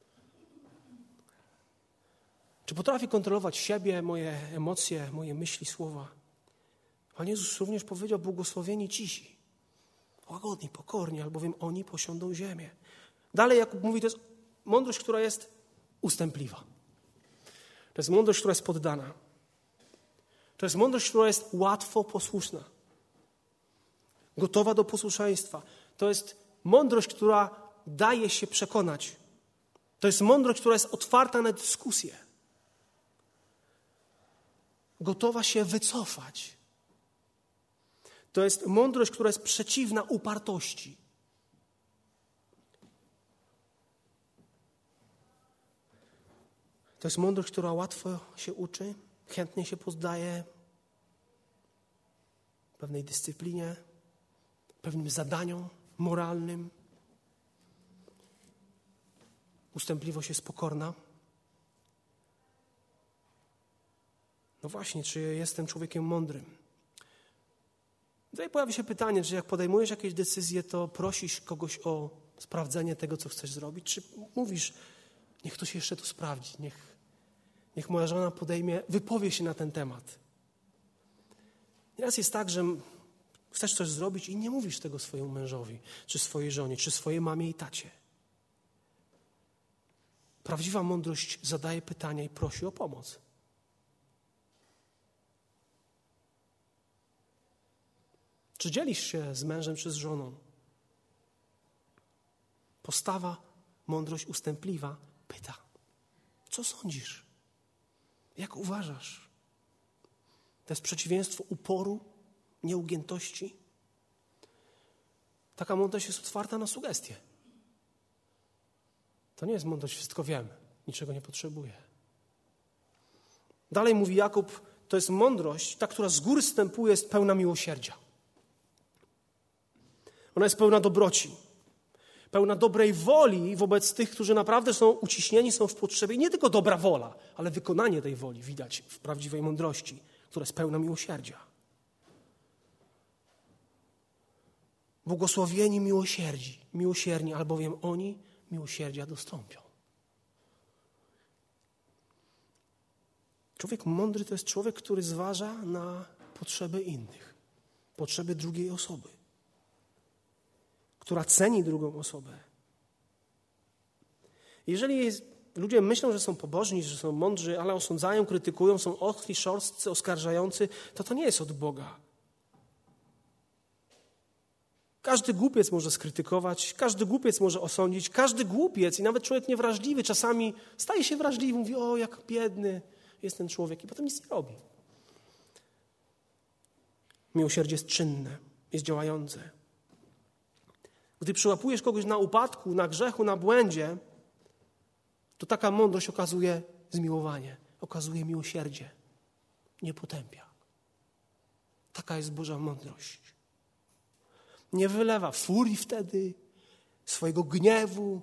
Czy potrafię kontrolować siebie, moje emocje, moje myśli, słowa? Pan Jezus również powiedział: błogosławieni cisi, łagodni, pokorni, albowiem oni posiądą ziemię. Dalej Jakub mówi, to jest mądrość, która jest ustępliwa. To jest mądrość, która jest poddana. To jest mądrość, która jest łatwo posłuszna. Gotowa do posłuszeństwa. To jest mądrość, która daje się przekonać. To jest mądrość, która jest otwarta na dyskusję. Gotowa się wycofać. To jest mądrość, która jest przeciwna upartości. To jest mądrość, która łatwo się uczy, chętnie się poddaje pewnej dyscyplinie, pewnym zadaniom moralnym. Ustępliwość jest pokorna. No właśnie, czy jestem człowiekiem mądrym? Tutaj pojawia się pytanie, czy jak podejmujesz jakieś decyzje, to prosisz kogoś o sprawdzenie tego, co chcesz zrobić, czy mówisz, niech ktoś jeszcze to sprawdzi, niech moja żona wypowie się na ten temat. Nieraz jest tak, że chcesz coś zrobić i nie mówisz tego swojemu mężowi, czy swojej żonie, czy swojej mamie i tacie. Prawdziwa mądrość zadaje pytania i prosi o pomoc. Czy dzielisz się z mężem czy z żoną? Postawa, mądrość ustępliwa pyta: co sądzisz? Jak uważasz? To jest przeciwieństwo uporu, nieugiętości. Taka mądrość jest otwarta na sugestie. To nie jest mądrość, wszystko wiem, niczego nie potrzebuję. Dalej mówi Jakub, to jest mądrość, ta, która z góry zstępuje, jest pełna miłosierdzia. Ona jest pełna dobroci, pełna dobrej woli wobec tych, którzy naprawdę są uciśnieni, są w potrzebie. I nie tylko dobra wola, ale wykonanie tej woli widać w prawdziwej mądrości, która jest pełna miłosierdzia. Błogosławieni miłosierni, albowiem oni miłosierdzia dostąpią. Człowiek mądry to jest człowiek, który zważa na potrzeby innych, potrzeby drugiej osoby, która ceni drugą osobę. Jeżeli ludzie myślą, że są pobożni, że są mądrzy, ale osądzają, krytykują, są ostrzy, szorstcy, oskarżający, to nie jest od Boga. Każdy głupiec może skrytykować, każdy głupiec może osądzić, każdy głupiec i nawet człowiek niewrażliwy czasami staje się wrażliwy, mówi: o, jak biedny jest ten człowiek, i potem nic nie robi. Miłosierdzie jest czynne, jest działające. Gdy przyłapujesz kogoś na upadku, na grzechu, na błędzie, to taka mądrość okazuje zmiłowanie, okazuje miłosierdzie, nie potępia. Taka jest Boża mądrość. Nie wylewa furii wtedy, swojego gniewu.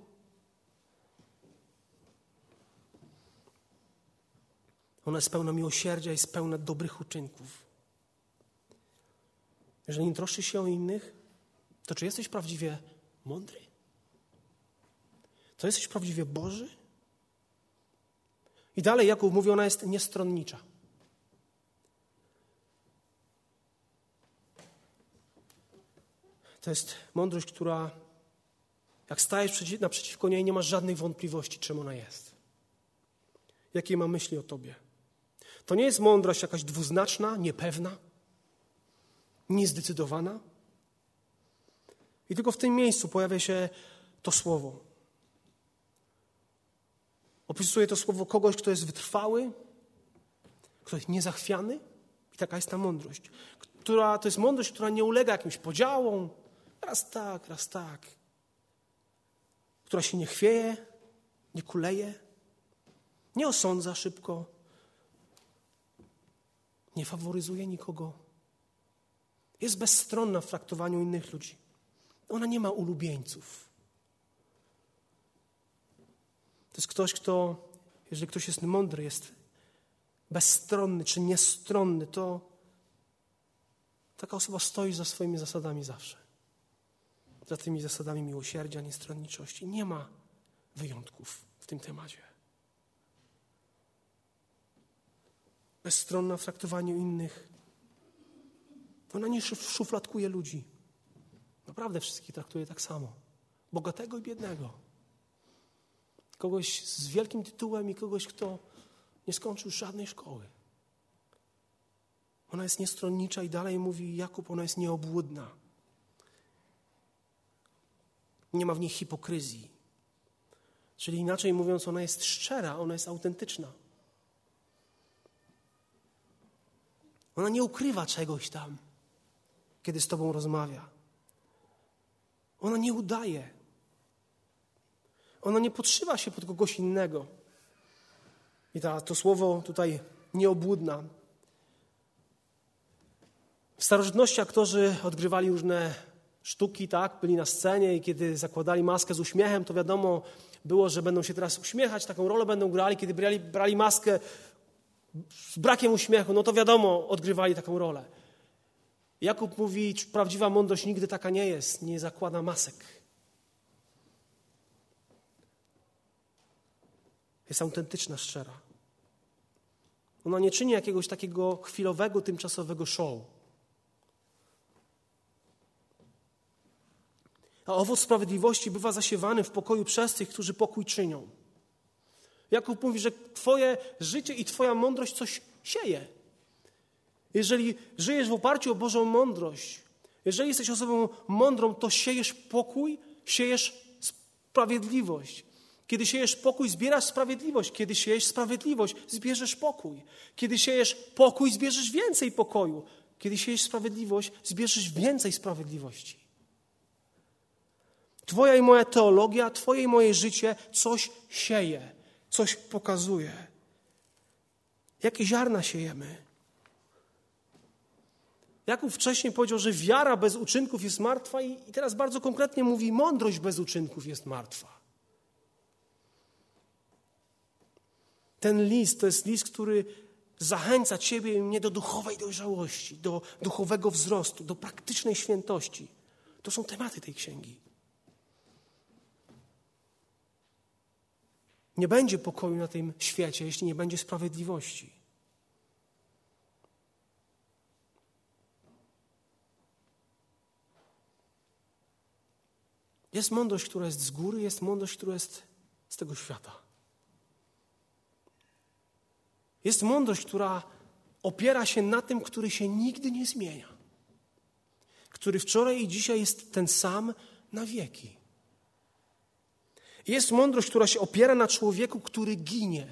Ona jest pełna miłosierdzia, jest pełna dobrych uczynków. Jeżeli nie troszczysz się o innych, to czy jesteś prawdziwie mądry? To jesteś prawdziwie Boży? I dalej Jakub mówi, ona jest niestronnicza. To jest mądrość, która jak stajesz naprzeciwko niej, nie masz żadnych wątpliwości, czym ona jest. Jakie ma myśli o tobie. To nie jest mądrość jakaś dwuznaczna, niepewna, niezdecydowana. I tylko w tym miejscu pojawia się to słowo. Opisuje to słowo kogoś, kto jest wytrwały, kto jest niezachwiany. I taka jest ta mądrość. To jest mądrość, która nie ulega jakimś podziałom. Raz tak. Która się nie chwieje, nie kuleje, nie osądza szybko, nie faworyzuje nikogo. Jest bezstronna w traktowaniu innych ludzi. Ona nie ma ulubieńców. To jest ktoś, kto, jeżeli ktoś jest mądry, jest bezstronny czy niestronny, to taka osoba stoi za swoimi zasadami zawsze. Za tymi zasadami miłosierdzia, niestronniczości. Nie ma wyjątków w tym temacie. Bezstronna w traktowaniu innych. Ona nie szufladkuje ludzi. Naprawdę wszystkich traktuje tak samo. Bogatego i biednego. Kogoś z wielkim tytułem i kogoś, kto nie skończył żadnej szkoły. Ona jest niestronnicza i dalej mówi Jakub, ona jest nieobłudna. Nie ma w niej hipokryzji. Czyli inaczej mówiąc, ona jest szczera, ona jest autentyczna. Ona nie ukrywa czegoś tam, kiedy z tobą rozmawia. Ona nie udaje. Ona nie podszywa się pod kogoś innego. I to słowo tutaj nieobłudna. W starożytności aktorzy odgrywali różne sztuki, tak? Byli na scenie i kiedy zakładali maskę z uśmiechem, to wiadomo było, że będą się teraz uśmiechać, taką rolę będą grali. Kiedy brali maskę z brakiem uśmiechu, no to wiadomo, odgrywali taką rolę. Jakub mówi, prawdziwa mądrość nigdy taka nie jest, nie zakłada masek. Jest autentyczna, szczera. Ona nie czyni jakiegoś takiego chwilowego, tymczasowego show. A owoc sprawiedliwości bywa zasiewany w pokoju przez tych, którzy pokój czynią. Jakub mówi, że twoje życie i twoja mądrość coś sieje. Jeżeli żyjesz w oparciu o Bożą mądrość, jeżeli jesteś osobą mądrą, to siejesz pokój, siejesz sprawiedliwość. Kiedy siejesz pokój, zbierasz sprawiedliwość. Kiedy siejesz sprawiedliwość, zbierzesz pokój. Kiedy siejesz pokój, zbierzesz więcej pokoju. Kiedy siejesz sprawiedliwość, zbierzesz więcej sprawiedliwości. Twoja i moja teologia, twoje i moje życie coś sieje, coś pokazuje. Jakie ziarna siejemy? Jakub wcześniej powiedział, że wiara bez uczynków jest martwa i teraz bardzo konkretnie mówi, mądrość bez uczynków jest martwa. Ten list to jest list, który zachęca ciebie i mnie do duchowej dojrzałości, do duchowego wzrostu, do praktycznej świętości. To są tematy tej księgi. Nie będzie pokoju na tym świecie, jeśli nie będzie sprawiedliwości. Jest mądrość, która jest z góry, jest mądrość, która jest z tego świata. Jest mądrość, która opiera się na tym, który się nigdy nie zmienia. Który wczoraj i dzisiaj jest ten sam na wieki. Jest mądrość, która się opiera na człowieku, który ginie.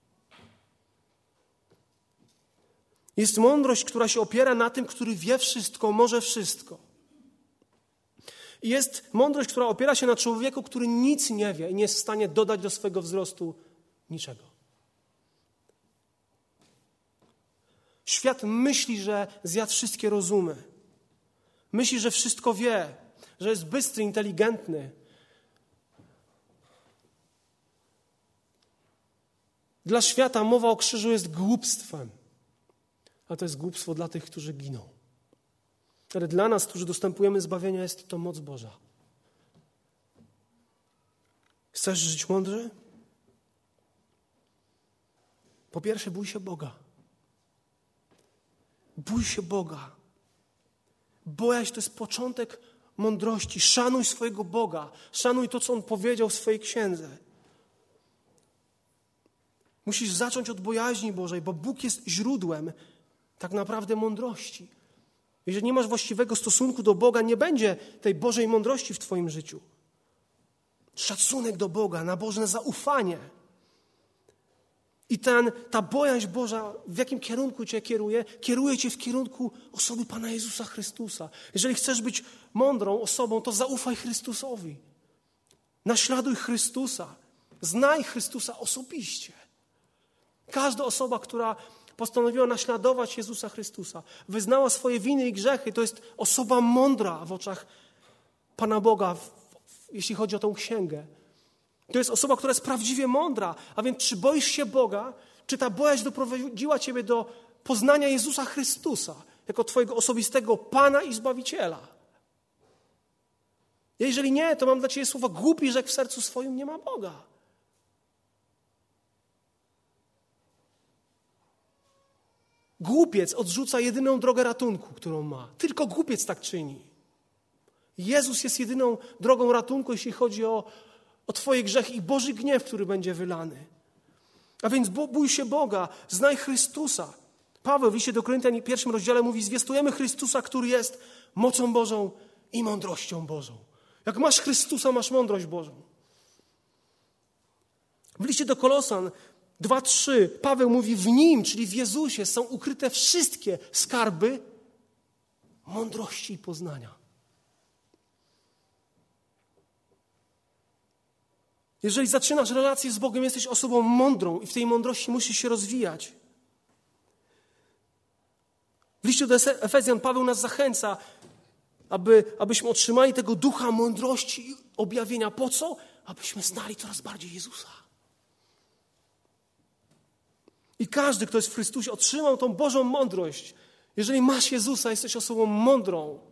Jest mądrość, która się opiera na tym, który wie wszystko, może wszystko. I jest mądrość, która opiera się na człowieku, który nic nie wie i nie jest w stanie dodać do swego wzrostu niczego. Świat myśli, że zjadł wszystkie rozumy. Myśli, że wszystko wie, że jest bystry, inteligentny. Dla świata mowa o krzyżu jest głupstwem, a to jest głupstwo dla tych, którzy giną. Ale dla nas, którzy dostępujemy zbawienia, jest to moc Boża. Chcesz żyć mądrze? Po pierwsze, bój się Boga. Bój się Boga. Bojaźń to jest początek mądrości. Szanuj swojego Boga. Szanuj to, co On powiedział w swojej księdze. Musisz zacząć od bojaźni Bożej, bo Bóg jest źródłem tak naprawdę mądrości. Jeżeli nie masz właściwego stosunku do Boga, nie będzie tej Bożej mądrości w twoim życiu. Szacunek do Boga, nabożne zaufanie. I ta bojaźń Boża, w jakim kierunku cię kieruje? Kieruje cię w kierunku osoby Pana Jezusa Chrystusa. Jeżeli chcesz być mądrą osobą, to zaufaj Chrystusowi. Naśladuj Chrystusa. Znaj Chrystusa osobiście. Każda osoba, która postanowiła naśladować Jezusa Chrystusa, wyznała swoje winy i grzechy, to jest osoba mądra w oczach Pana Boga, jeśli chodzi o tę księgę. To jest osoba, która jest prawdziwie mądra. A więc czy boisz się Boga? Czy ta bojaźń doprowadziła ciebie do poznania Jezusa Chrystusa jako twojego osobistego Pana i Zbawiciela? Jeżeli nie, to mam dla ciebie słowa: głupi, że w sercu swoim nie ma Boga. Głupiec odrzuca jedyną drogę ratunku, którą ma. Tylko głupiec tak czyni. Jezus jest jedyną drogą ratunku, jeśli chodzi o twoje grzechy i Boży gniew, który będzie wylany. A więc bój się Boga, znaj Chrystusa. Paweł w liście do Koryntian w 1 rozdziale mówi: zwiastujemy Chrystusa, który jest mocą Bożą i mądrością Bożą. Jak masz Chrystusa, masz mądrość Bożą. W liście do Kolosan 2:3 Paweł mówi: w Nim, czyli w Jezusie, są ukryte wszystkie skarby mądrości i poznania. Jeżeli zaczynasz relację z Bogiem, jesteś osobą mądrą i w tej mądrości musisz się rozwijać. W liście do Efezjan Paweł nas zachęca, abyśmy otrzymali tego ducha mądrości i objawienia. Po co? Abyśmy znali coraz bardziej Jezusa. I każdy, kto jest w Chrystusie, otrzymał tą Bożą mądrość. Jeżeli masz Jezusa, jesteś osobą mądrą.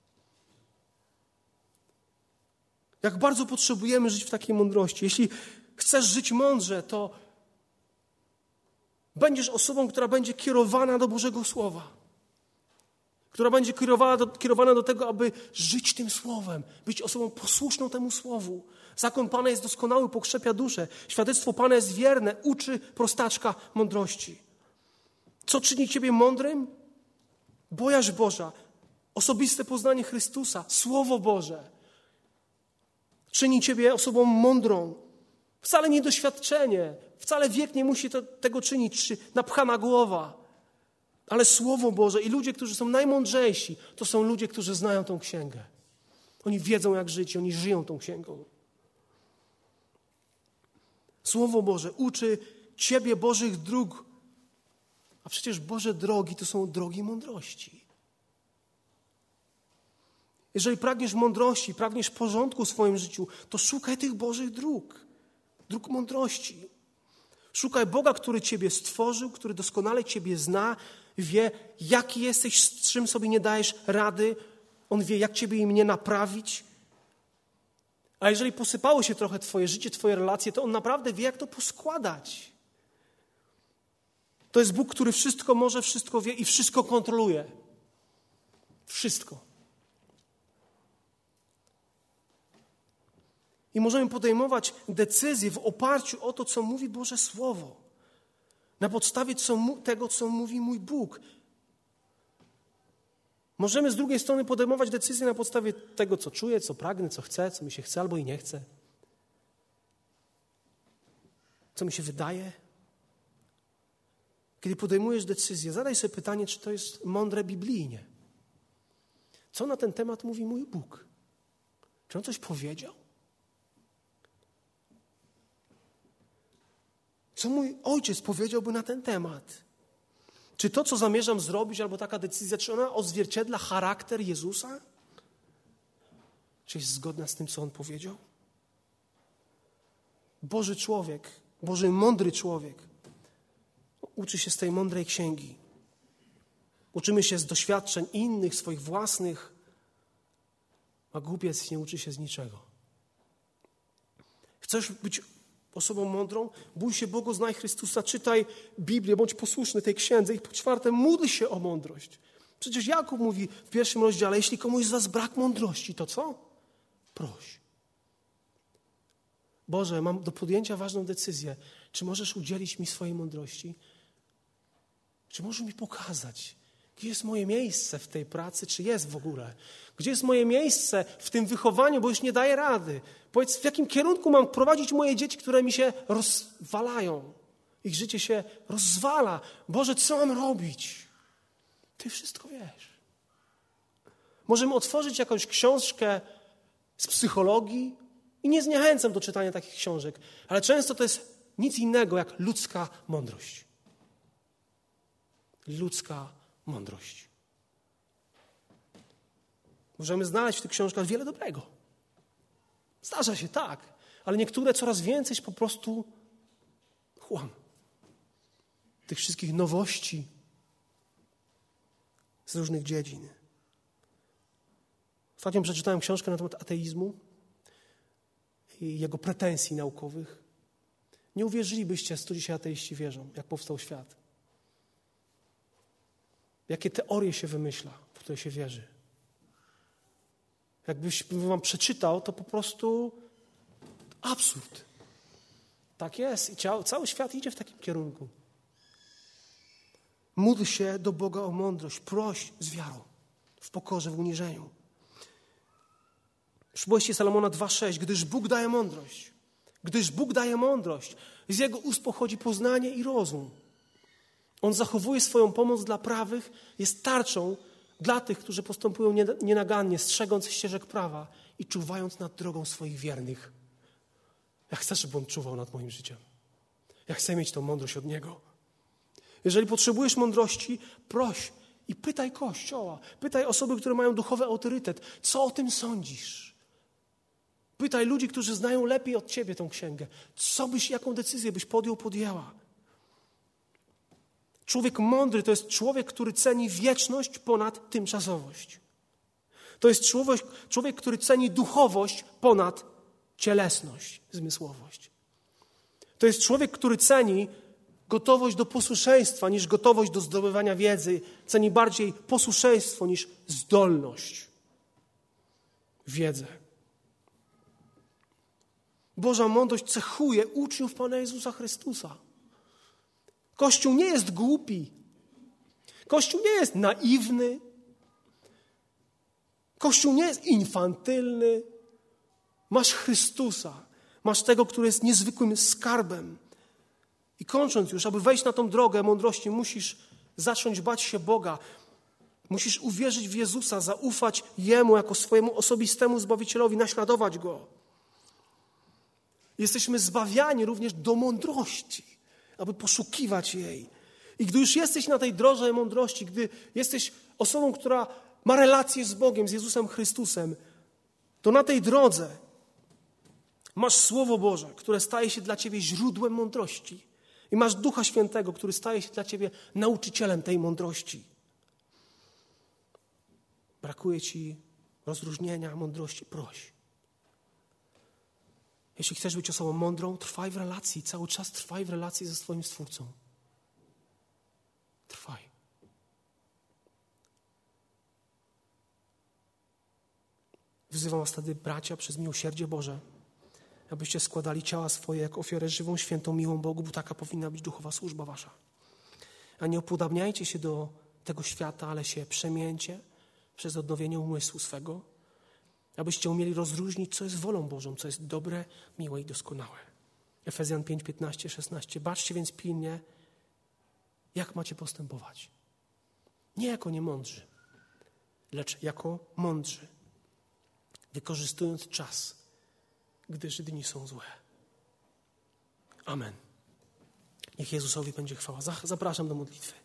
Jak bardzo potrzebujemy żyć w takiej mądrości. Jeśli chcesz żyć mądrze, to będziesz osobą, która będzie kierowana do Bożego Słowa. Która będzie kierowana do tego, aby żyć tym Słowem. Być osobą posłuszną temu Słowu. Zakon Pana jest doskonały, pokrzepia duszę. Świadectwo Pana jest wierne, uczy prostaczka mądrości. Co czyni ciebie mądrym? Bojaźń Boża, osobiste poznanie Chrystusa, Słowo Boże. Czyni ciebie osobą mądrą. Wcale nie doświadczenie, wcale wiek nie musi tego czynić, czy napchana głowa. Ale Słowo Boże i ludzie, którzy są najmądrzejsi, to są ludzie, którzy znają tą księgę. Oni wiedzą, jak żyć i oni żyją tą księgą. Słowo Boże uczy ciebie Bożych dróg. A przecież Boże drogi to są drogi mądrości. Jeżeli pragniesz mądrości, pragniesz porządku w swoim życiu, to szukaj tych Bożych dróg. Dróg mądrości. Szukaj Boga, który ciebie stworzył, który doskonale ciebie zna, wie, jaki jesteś, z czym sobie nie dajesz rady. On wie, jak ciebie i mnie naprawić. A jeżeli posypało się trochę twoje życie, twoje relacje, to On naprawdę wie, jak to poskładać. To jest Bóg, który wszystko może, wszystko wie i wszystko kontroluje. Wszystko. I możemy podejmować decyzje w oparciu o to, co mówi Boże Słowo. Na podstawie tego, co mówi mój Bóg. Możemy z drugiej strony podejmować decyzje na podstawie tego, co czuję, co pragnę, co chcę, co mi się chce albo i nie chce. Co mi się wydaje. Kiedy podejmujesz decyzję, zadaj sobie pytanie, czy to jest mądre biblijnie. Co na ten temat mówi mój Bóg? Czy On coś powiedział? Co mój Ojciec powiedziałby na ten temat? Czy to, co zamierzam zrobić, albo taka decyzja, czy ona odzwierciedla charakter Jezusa? Czy jest zgodna z tym, co On powiedział? Boży człowiek, Boży mądry człowiek uczy się z tej mądrej księgi. Uczymy się z doświadczeń innych, swoich własnych, a głupiec nie uczy się z niczego. Chcesz być osobą mądrą? Bój się Boga, znaj Chrystusa, czytaj Biblię, bądź posłuszny tej księdze. I po czwarte, módl się o mądrość. Przecież Jakub mówi w 1 rozdziale, jeśli komuś z was brak mądrości, to co? Proś. Boże, mam do podjęcia ważną decyzję. Czy możesz udzielić mi swojej mądrości? Czy możesz mi pokazać, gdzie jest moje miejsce w tej pracy, czy jest w ogóle? Gdzie jest moje miejsce w tym wychowaniu, bo już nie daję rady? Powiedz, w jakim kierunku mam prowadzić moje dzieci, które mi się rozwalają? Ich życie się rozwala. Boże, co mam robić? Ty wszystko wiesz. Możemy otworzyć jakąś książkę z psychologii i nie zniechęcam do czytania takich książek, ale często to jest nic innego jak ludzka mądrość. Ludzka mądrość. Możemy znaleźć w tych książkach wiele dobrego. Zdarza się, tak, ale niektóre coraz więcej po prostu chłam. Tych wszystkich nowości z różnych dziedzin. Ostatnio przeczytałem książkę na temat ateizmu i jego pretensji naukowych. Nie uwierzylibyście, co dzisiaj ateiści wierzą, jak powstał świat. Jakie teorie się wymyśla, w które się wierzy. Jakbyś wam przeczytał, to po prostu absurd. Tak jest i cały świat idzie w takim kierunku. Módl się do Boga o mądrość, proś z wiarą, w pokorze, w uniżeniu. Przypowieści Salomona 2,6, gdyż Bóg daje mądrość. Gdyż Bóg daje mądrość. Z Jego ust pochodzi poznanie i rozum. On zachowuje swoją pomoc dla prawych, jest tarczą dla tych, którzy postępują nienagannie, strzegąc ścieżek prawa i czuwając nad drogą swoich wiernych. Ja chcę, żeby On czuwał nad moim życiem. Ja chcę mieć tą mądrość od Niego. Jeżeli potrzebujesz mądrości, proś i pytaj Kościoła. Pytaj osoby, które mają duchowy autorytet. Co o tym sądzisz? Pytaj ludzi, którzy znają lepiej od ciebie tę księgę. Jaką decyzję byś podjęła? Człowiek mądry to jest człowiek, który ceni wieczność ponad tymczasowość. To jest człowiek, który ceni duchowość ponad cielesność, zmysłowość. To jest człowiek, który ceni gotowość do posłuszeństwa niż gotowość do zdobywania wiedzy. Ceni bardziej posłuszeństwo niż zdolność, wiedzę. Boża mądrość cechuje uczniów Pana Jezusa Chrystusa. Kościół nie jest głupi. Kościół nie jest naiwny. Kościół nie jest infantylny. Masz Chrystusa. Masz tego, który jest niezwykłym skarbem. I kończąc już, aby wejść na tą drogę mądrości, musisz zacząć bać się Boga. Musisz uwierzyć w Jezusa, zaufać Jemu jako swojemu osobistemu Zbawicielowi, naśladować Go. Jesteśmy zbawiani również do mądrości, aby poszukiwać jej. I gdy już jesteś na tej drodze mądrości, gdy jesteś osobą, która ma relację z Bogiem, z Jezusem Chrystusem, to na tej drodze masz Słowo Boże, które staje się dla ciebie źródłem mądrości. I masz Ducha Świętego, który staje się dla ciebie nauczycielem tej mądrości. Brakuje ci rozróżnienia, mądrości, proś. Jeśli chcesz być osobą mądrą, trwaj w relacji, cały czas trwaj w relacji ze swoim Stwórcą. Trwaj. Wzywam was wtedy, bracia, przez miłosierdzie Boże, abyście składali ciała swoje jako ofiarę żywą, świętą, miłą Bogu, bo taka powinna być duchowa służba wasza. A nie upodabniajcie się do tego świata, ale się przemieńcie przez odnowienie umysłu swego, abyście umieli rozróżnić, co jest wolą Bożą, co jest dobre, miłe i doskonałe. Efezjan 5, 15, 16. Baczcie więc pilnie, jak macie postępować. Nie jako niemądrzy, lecz jako mądrzy, wykorzystując czas, gdyż dni są złe. Amen. Niech Jezusowi będzie chwała. Zapraszam do modlitwy.